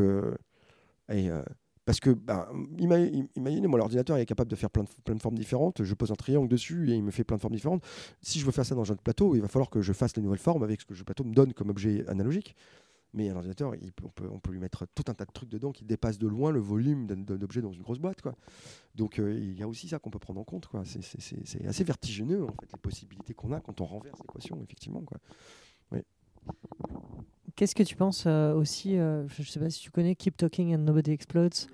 parce que, imaginez, moi, l'ordinateur est capable de faire plein de formes différentes. Je pose un triangle dessus et il me fait plein de formes différentes. Si je veux faire ça dans un jeu de plateau, il va falloir que je fasse les nouvelles formes avec ce que le jeu de plateau me donne comme objet analogique. Mais à l'ordinateur, on peut lui mettre tout un tas de trucs dedans qui dépassent de loin le volume d'objets dans une grosse boîte, quoi. Donc il y a aussi ça qu'on peut prendre en compte, quoi. C'est assez vertigineux, en fait, les possibilités qu'on a quand on renverse l'équation, effectivement, quoi. Oui. Qu'est-ce que tu penses aussi, je ne sais pas si tu connais Keep Talking and Nobody Explodes.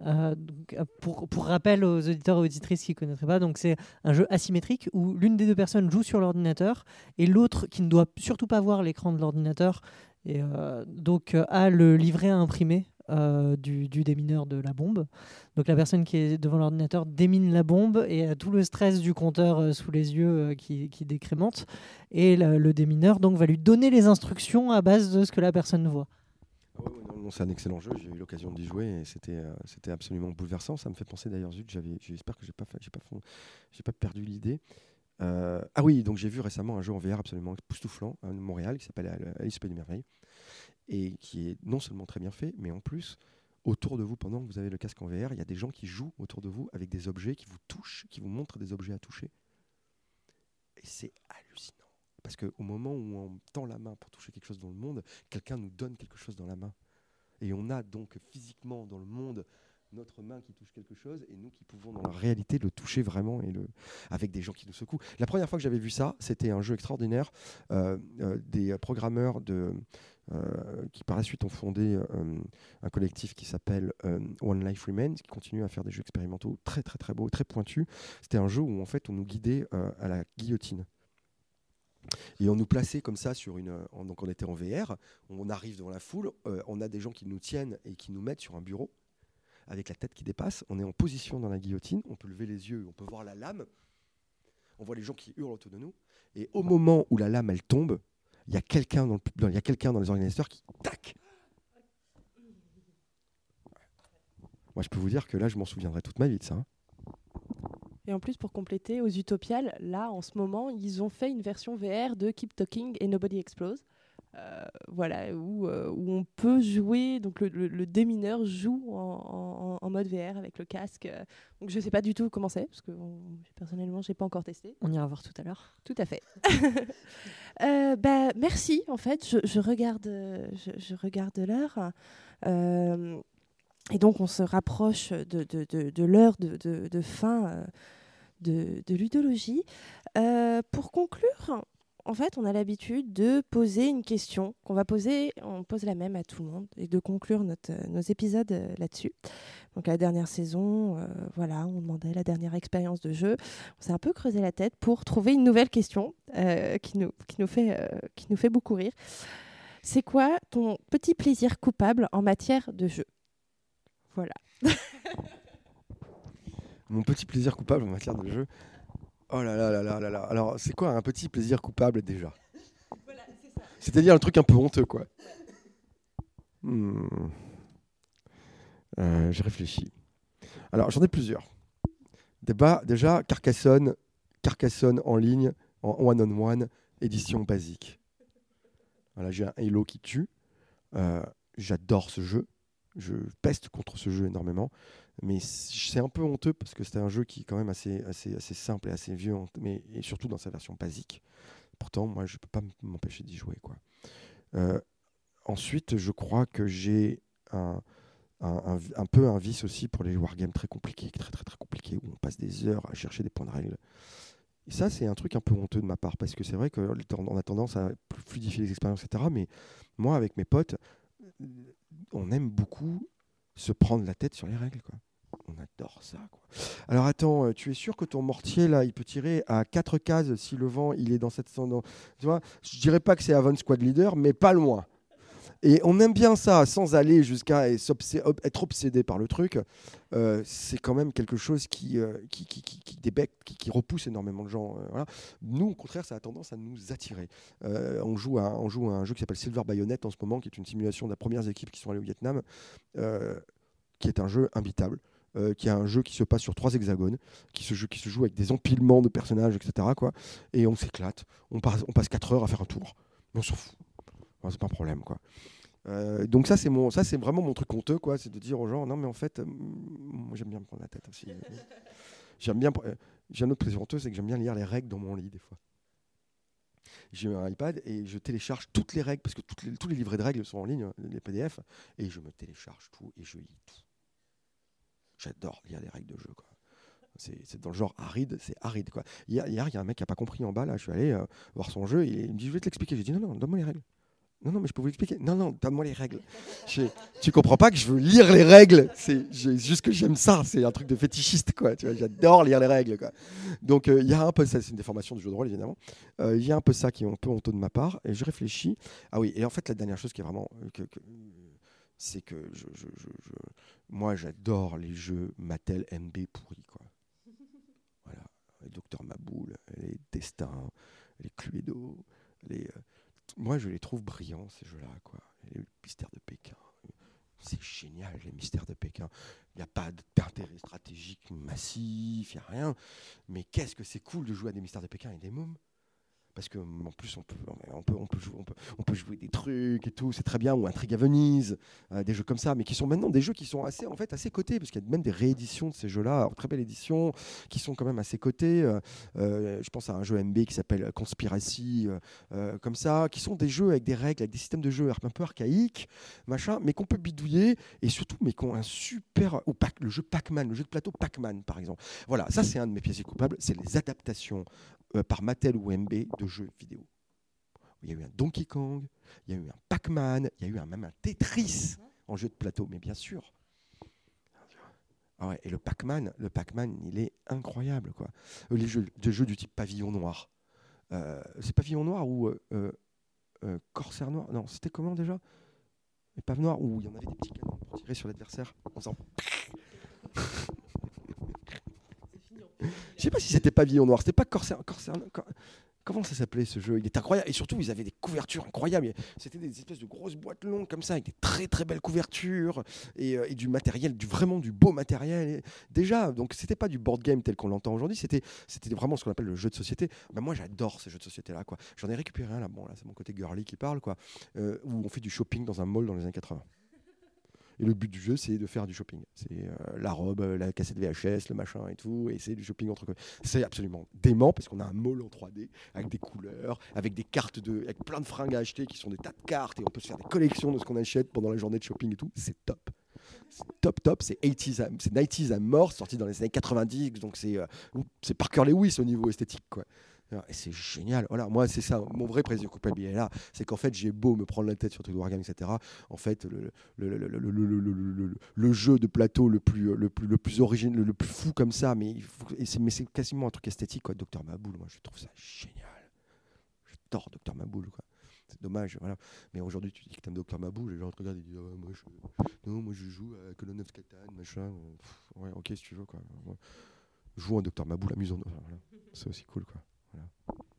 Pour rappel aux auditeurs et auditrices qui ne connaîtraient pas, donc c'est un jeu asymétrique où l'une des 2 personnes joue sur l'ordinateur et l'autre, qui ne doit surtout pas voir l'écran de l'ordinateur, et a le livret à imprimer du démineur de la bombe. Donc la personne qui est devant l'ordinateur démine la bombe et a tout le stress du compteur sous les yeux qui décrémente, et le démineur donc va lui donner les instructions à base de ce que la personne voit. Non, c'est un excellent jeu, j'ai eu l'occasion d'y jouer et c'était absolument bouleversant. Ça me fait penser d'ailleurs, j'espère que j'ai pas perdu l'idée. Ah oui, donc j'ai vu récemment un jeu en VR absolument époustouflant à Montréal qui s'appelle Alice au Pays des Merveilles, et qui est non seulement très bien fait, mais en plus, autour de vous, pendant que vous avez le casque en VR, il y a des gens qui jouent autour de vous avec des objets qui vous touchent, qui vous montrent des objets à toucher. Et c'est hallucinant. Parce qu'au moment où on tend la main pour toucher quelque chose dans le monde, quelqu'un nous donne quelque chose dans la main. Et on a donc physiquement dans le monde notre main qui touche quelque chose, et nous qui pouvons dans la réalité le toucher vraiment, avec des gens qui nous secouent. La première fois que j'avais vu ça, c'était un jeu extraordinaire des programmeurs qui par la suite ont fondé un collectif qui s'appelle One Life Remains, qui continue à faire des jeux expérimentaux très très très beaux, très pointus. C'était un jeu où en fait on nous guidait à la guillotine. Et on nous plaçait comme ça donc on était en VR, on arrive devant la foule, on a des gens qui nous tiennent et qui nous mettent sur un bureau avec la tête qui dépasse, on est en position dans la guillotine, on peut lever les yeux, on peut voir la lame, on voit les gens qui hurlent autour de nous, et au moment où la lame elle tombe, il y a quelqu'un dans les organisateurs qui tac. Moi je peux vous dire que là je m'en souviendrai toute ma vie de ça. Et en plus, pour compléter, aux Utopiales, là, en ce moment, ils ont fait une version VR de Keep Talking et Nobody Explodes. Voilà, où on peut jouer, donc le démineur joue en mode VR avec le casque. Donc je ne sais pas du tout comment c'est, parce que personnellement, je n'ai pas encore testé. On ira voir tout à l'heure. Tout à fait. Merci, en fait. Je regarde l'heure. Et donc, on se rapproche de l'heure de fin de ludologie. Pour conclure, en fait, on a l'habitude de poser une question qu'on va poser, on pose la même à tout le monde, et de conclure nos épisodes là-dessus. Donc, la dernière saison, on demandait la dernière expérience de jeu. On s'est un peu creusé la tête pour trouver une nouvelle question qui nous fait beaucoup rire. C'est quoi ton petit plaisir coupable en matière de jeu? Voilà. Mon petit plaisir coupable en matière de jeu. Oh là là là là là là. Alors, c'est quoi un petit plaisir coupable déjà? Voilà, c'est ça. C'est-à-dire un truc un peu honteux, quoi. J'ai réfléchi. Alors, j'en ai plusieurs. Déjà, Carcassonne en ligne, en one-on-one, édition basique. Voilà, j'ai un Halo qui tue. J'adore ce jeu. Je peste contre ce jeu énormément. Mais c'est un peu honteux parce que c'était un jeu qui est quand même assez simple et assez vieux, et surtout dans sa version basique. Pourtant, moi, je ne peux pas m'empêcher d'y jouer, quoi. Ensuite, je crois que j'ai un peu un vice aussi pour les wargames très compliqués, très compliqués, où on passe des heures à chercher des points de règle. Et ça, c'est un truc un peu honteux de ma part, parce que c'est vrai qu'on a tendance à fluidifier les expériences, etc. Mais moi, avec mes potes, on aime beaucoup se prendre la tête sur les règles, quoi. On adore ça, quoi. Alors attends, tu es sûr que ton mortier là, il peut tirer à 4 cases si le vent il est dans cette tu vois, je dirais pas que c'est Avon Squad Leader, mais pas loin. Et on aime bien ça, sans aller jusqu'à être obsédé par le truc. C'est quand même quelque chose qui repousse énormément de gens. Voilà. Nous, au contraire, ça a tendance à nous attirer. On joue à un jeu qui s'appelle Silver Bayonet en ce moment, qui est une simulation des premières équipes qui sont allées au Vietnam, qui est un jeu imbitable. Qui est un jeu qui se passe sur 3 hexagones, qui se joue avec des empilements de personnages, etc., quoi. Et on s'éclate. On passe 4 heures à faire un tour. Mais on s'en fout. Enfin, c'est pas un problème, quoi. Donc ça c'est vraiment mon truc honteux, quoi. C'est de dire aux gens, non mais en fait, moi j'aime bien me prendre la tête aussi. J'ai un autre plaisir honteux, c'est que j'aime bien lire les règles dans mon lit des fois. J'ai un iPad et je télécharge toutes les règles, parce que tous les livrets de règles sont en ligne, les PDF, et je me télécharge tout et je lis tout. J'adore lire les règles de jeu, quoi. C'est dans le genre aride, c'est aride, quoi. Hier, il y a un mec qui n'a pas compris en bas, là, je suis allé voir son jeu, et il me dit, je vais te l'expliquer. J'ai dit, non, donne-moi les règles. Non, mais je peux vous l'expliquer. Non, donne-moi les règles. Tu comprends pas que je veux lire les règles. C'est juste que j'aime ça. C'est un truc de fétichiste, quoi. Tu vois, j'adore lire les règles, quoi. Donc, il y a un peu ça. C'est une déformation du jeu de rôle, évidemment. Il y a un peu ça qui est un peu honteux de ma part. Et je réfléchis. Ah oui, et en fait, la dernière chose qui est vraiment... c'est que moi, j'adore les jeux Mattel MB pourris, quoi. Voilà. Les Docteur Maboule, les Destins, les Cluedo, moi, je les trouve brillants, ces jeux-là, quoi. Les mystères de Pékin. C'est génial, les mystères de Pékin. Il n'y a pas d'intérêt stratégique massif, il n'y a rien. Mais qu'est-ce que c'est cool de jouer à des mystères de Pékin et des mômes. Parce qu'en plus, on peut jouer des trucs et tout, c'est très bien, ou Intrigue à Venise, des jeux comme ça, mais qui sont maintenant des jeux qui sont assez cotés, parce qu'il y a même des rééditions de ces jeux-là, très belle édition, qui sont quand même assez cotés. Je pense à un jeu MB qui s'appelle Conspiracy, comme ça, qui sont des jeux avec des règles, avec des systèmes de jeu un peu archaïques, machin, mais qu'on peut bidouiller, et surtout, mais qui ont un super... le jeu Pac-Man, le jeu de plateau Pac-Man, par exemple. Voilà, ça c'est un de mes plaisirs coupables, c'est les adaptations par Mattel ou MB de jeux vidéo. Il y a eu un Donkey Kong, il y a eu un Pac-Man, il y a eu même un Tetris en jeu de plateau, mais bien sûr. Ah ouais, et le Pac-Man, il est incroyable, quoi. Les jeux du type Pavillon Noir. C'est Pavillon Noir ou Corsaire Noir? Non, c'était comment déjà? Pavillon Noir où il y en avait des petits canons pour tirer sur l'adversaire en faisant... Je sais pas si c'était Pavillon Noir, c'était pas Corsaire. Comment ça s'appelait ce jeu? Il est incroyable, et surtout ils avaient des couvertures incroyables. C'était des espèces de grosses boîtes longues comme ça avec des très très belles couvertures et du matériel, vraiment du beau matériel. Et déjà, donc c'était pas du board game tel qu'on l'entend aujourd'hui, c'était vraiment ce qu'on appelle le jeu de société. Ben, moi j'adore ces jeux de société là, quoi. J'en ai récupéré un là, bon là c'est mon côté girly qui parle, quoi, où on fait du shopping dans un mall dans les années 80. Et le but du jeu, c'est de faire du shopping. C'est la robe, la cassette VHS, le machin et tout. Et c'est du shopping entre... C'est absolument dément parce qu'on a un mall en 3D avec des couleurs, avec des cartes avec plein de fringues à acheter qui sont des tas de cartes. Et on peut se faire des collections de ce qu'on achète pendant la journée de shopping et tout. C'est top. C'est top. C'est 90s à mort, sorti dans les années 90. Donc c'est Parker Lewis au niveau esthétique, quoi. Et c'est génial. Voilà, moi, c'est ça. Mon vrai plaisir coupable, il est là. C'est qu'en fait, j'ai beau me prendre la tête sur tout le wargame, etc. En fait, le jeu de plateau le plus original, le plus fou comme ça, mais c'est quasiment un truc esthétique, quoi. Docteur Maboule, moi, je trouve ça génial. J'adore Docteur Maboule, quoi. c'est dommage. Voilà. Mais aujourd'hui, tu dis que t'aimes Dr Mabou, les gens te regardent et disent moi je joue à Colonel of Catan, machin. Ouais, ok, si tu veux, quoi. Joue un Dr Mabou, amusant. Voilà. C'est aussi cool, quoi. Voilà.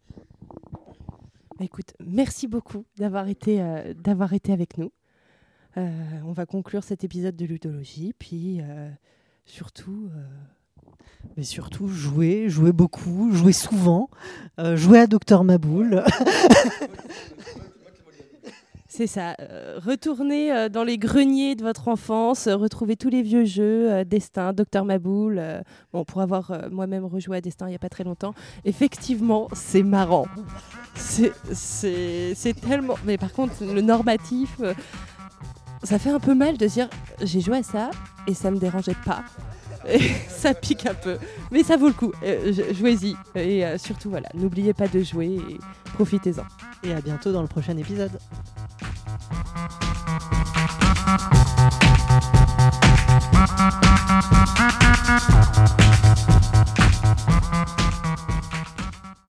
Écoute, merci beaucoup d'avoir été avec nous. On va conclure cet épisode de Ludologie, puis surtout... Mais surtout, jouez beaucoup, jouez souvent, jouez à Dr Maboul. C'est ça, retournez dans les greniers de votre enfance, retrouvez tous les vieux jeux, Destin, Dr Maboul, pour avoir moi-même rejoué à Destin il n'y a pas très longtemps, effectivement, c'est marrant. C'est tellement... Mais par contre, le normatif, ça fait un peu mal de dire, j'ai joué à ça et ça me dérangeait pas. Et ça pique un peu, mais ça vaut le coup. Jouez-y et surtout, voilà, n'oubliez pas de jouer et profitez-en. Et à bientôt dans le prochain épisode. Thank you.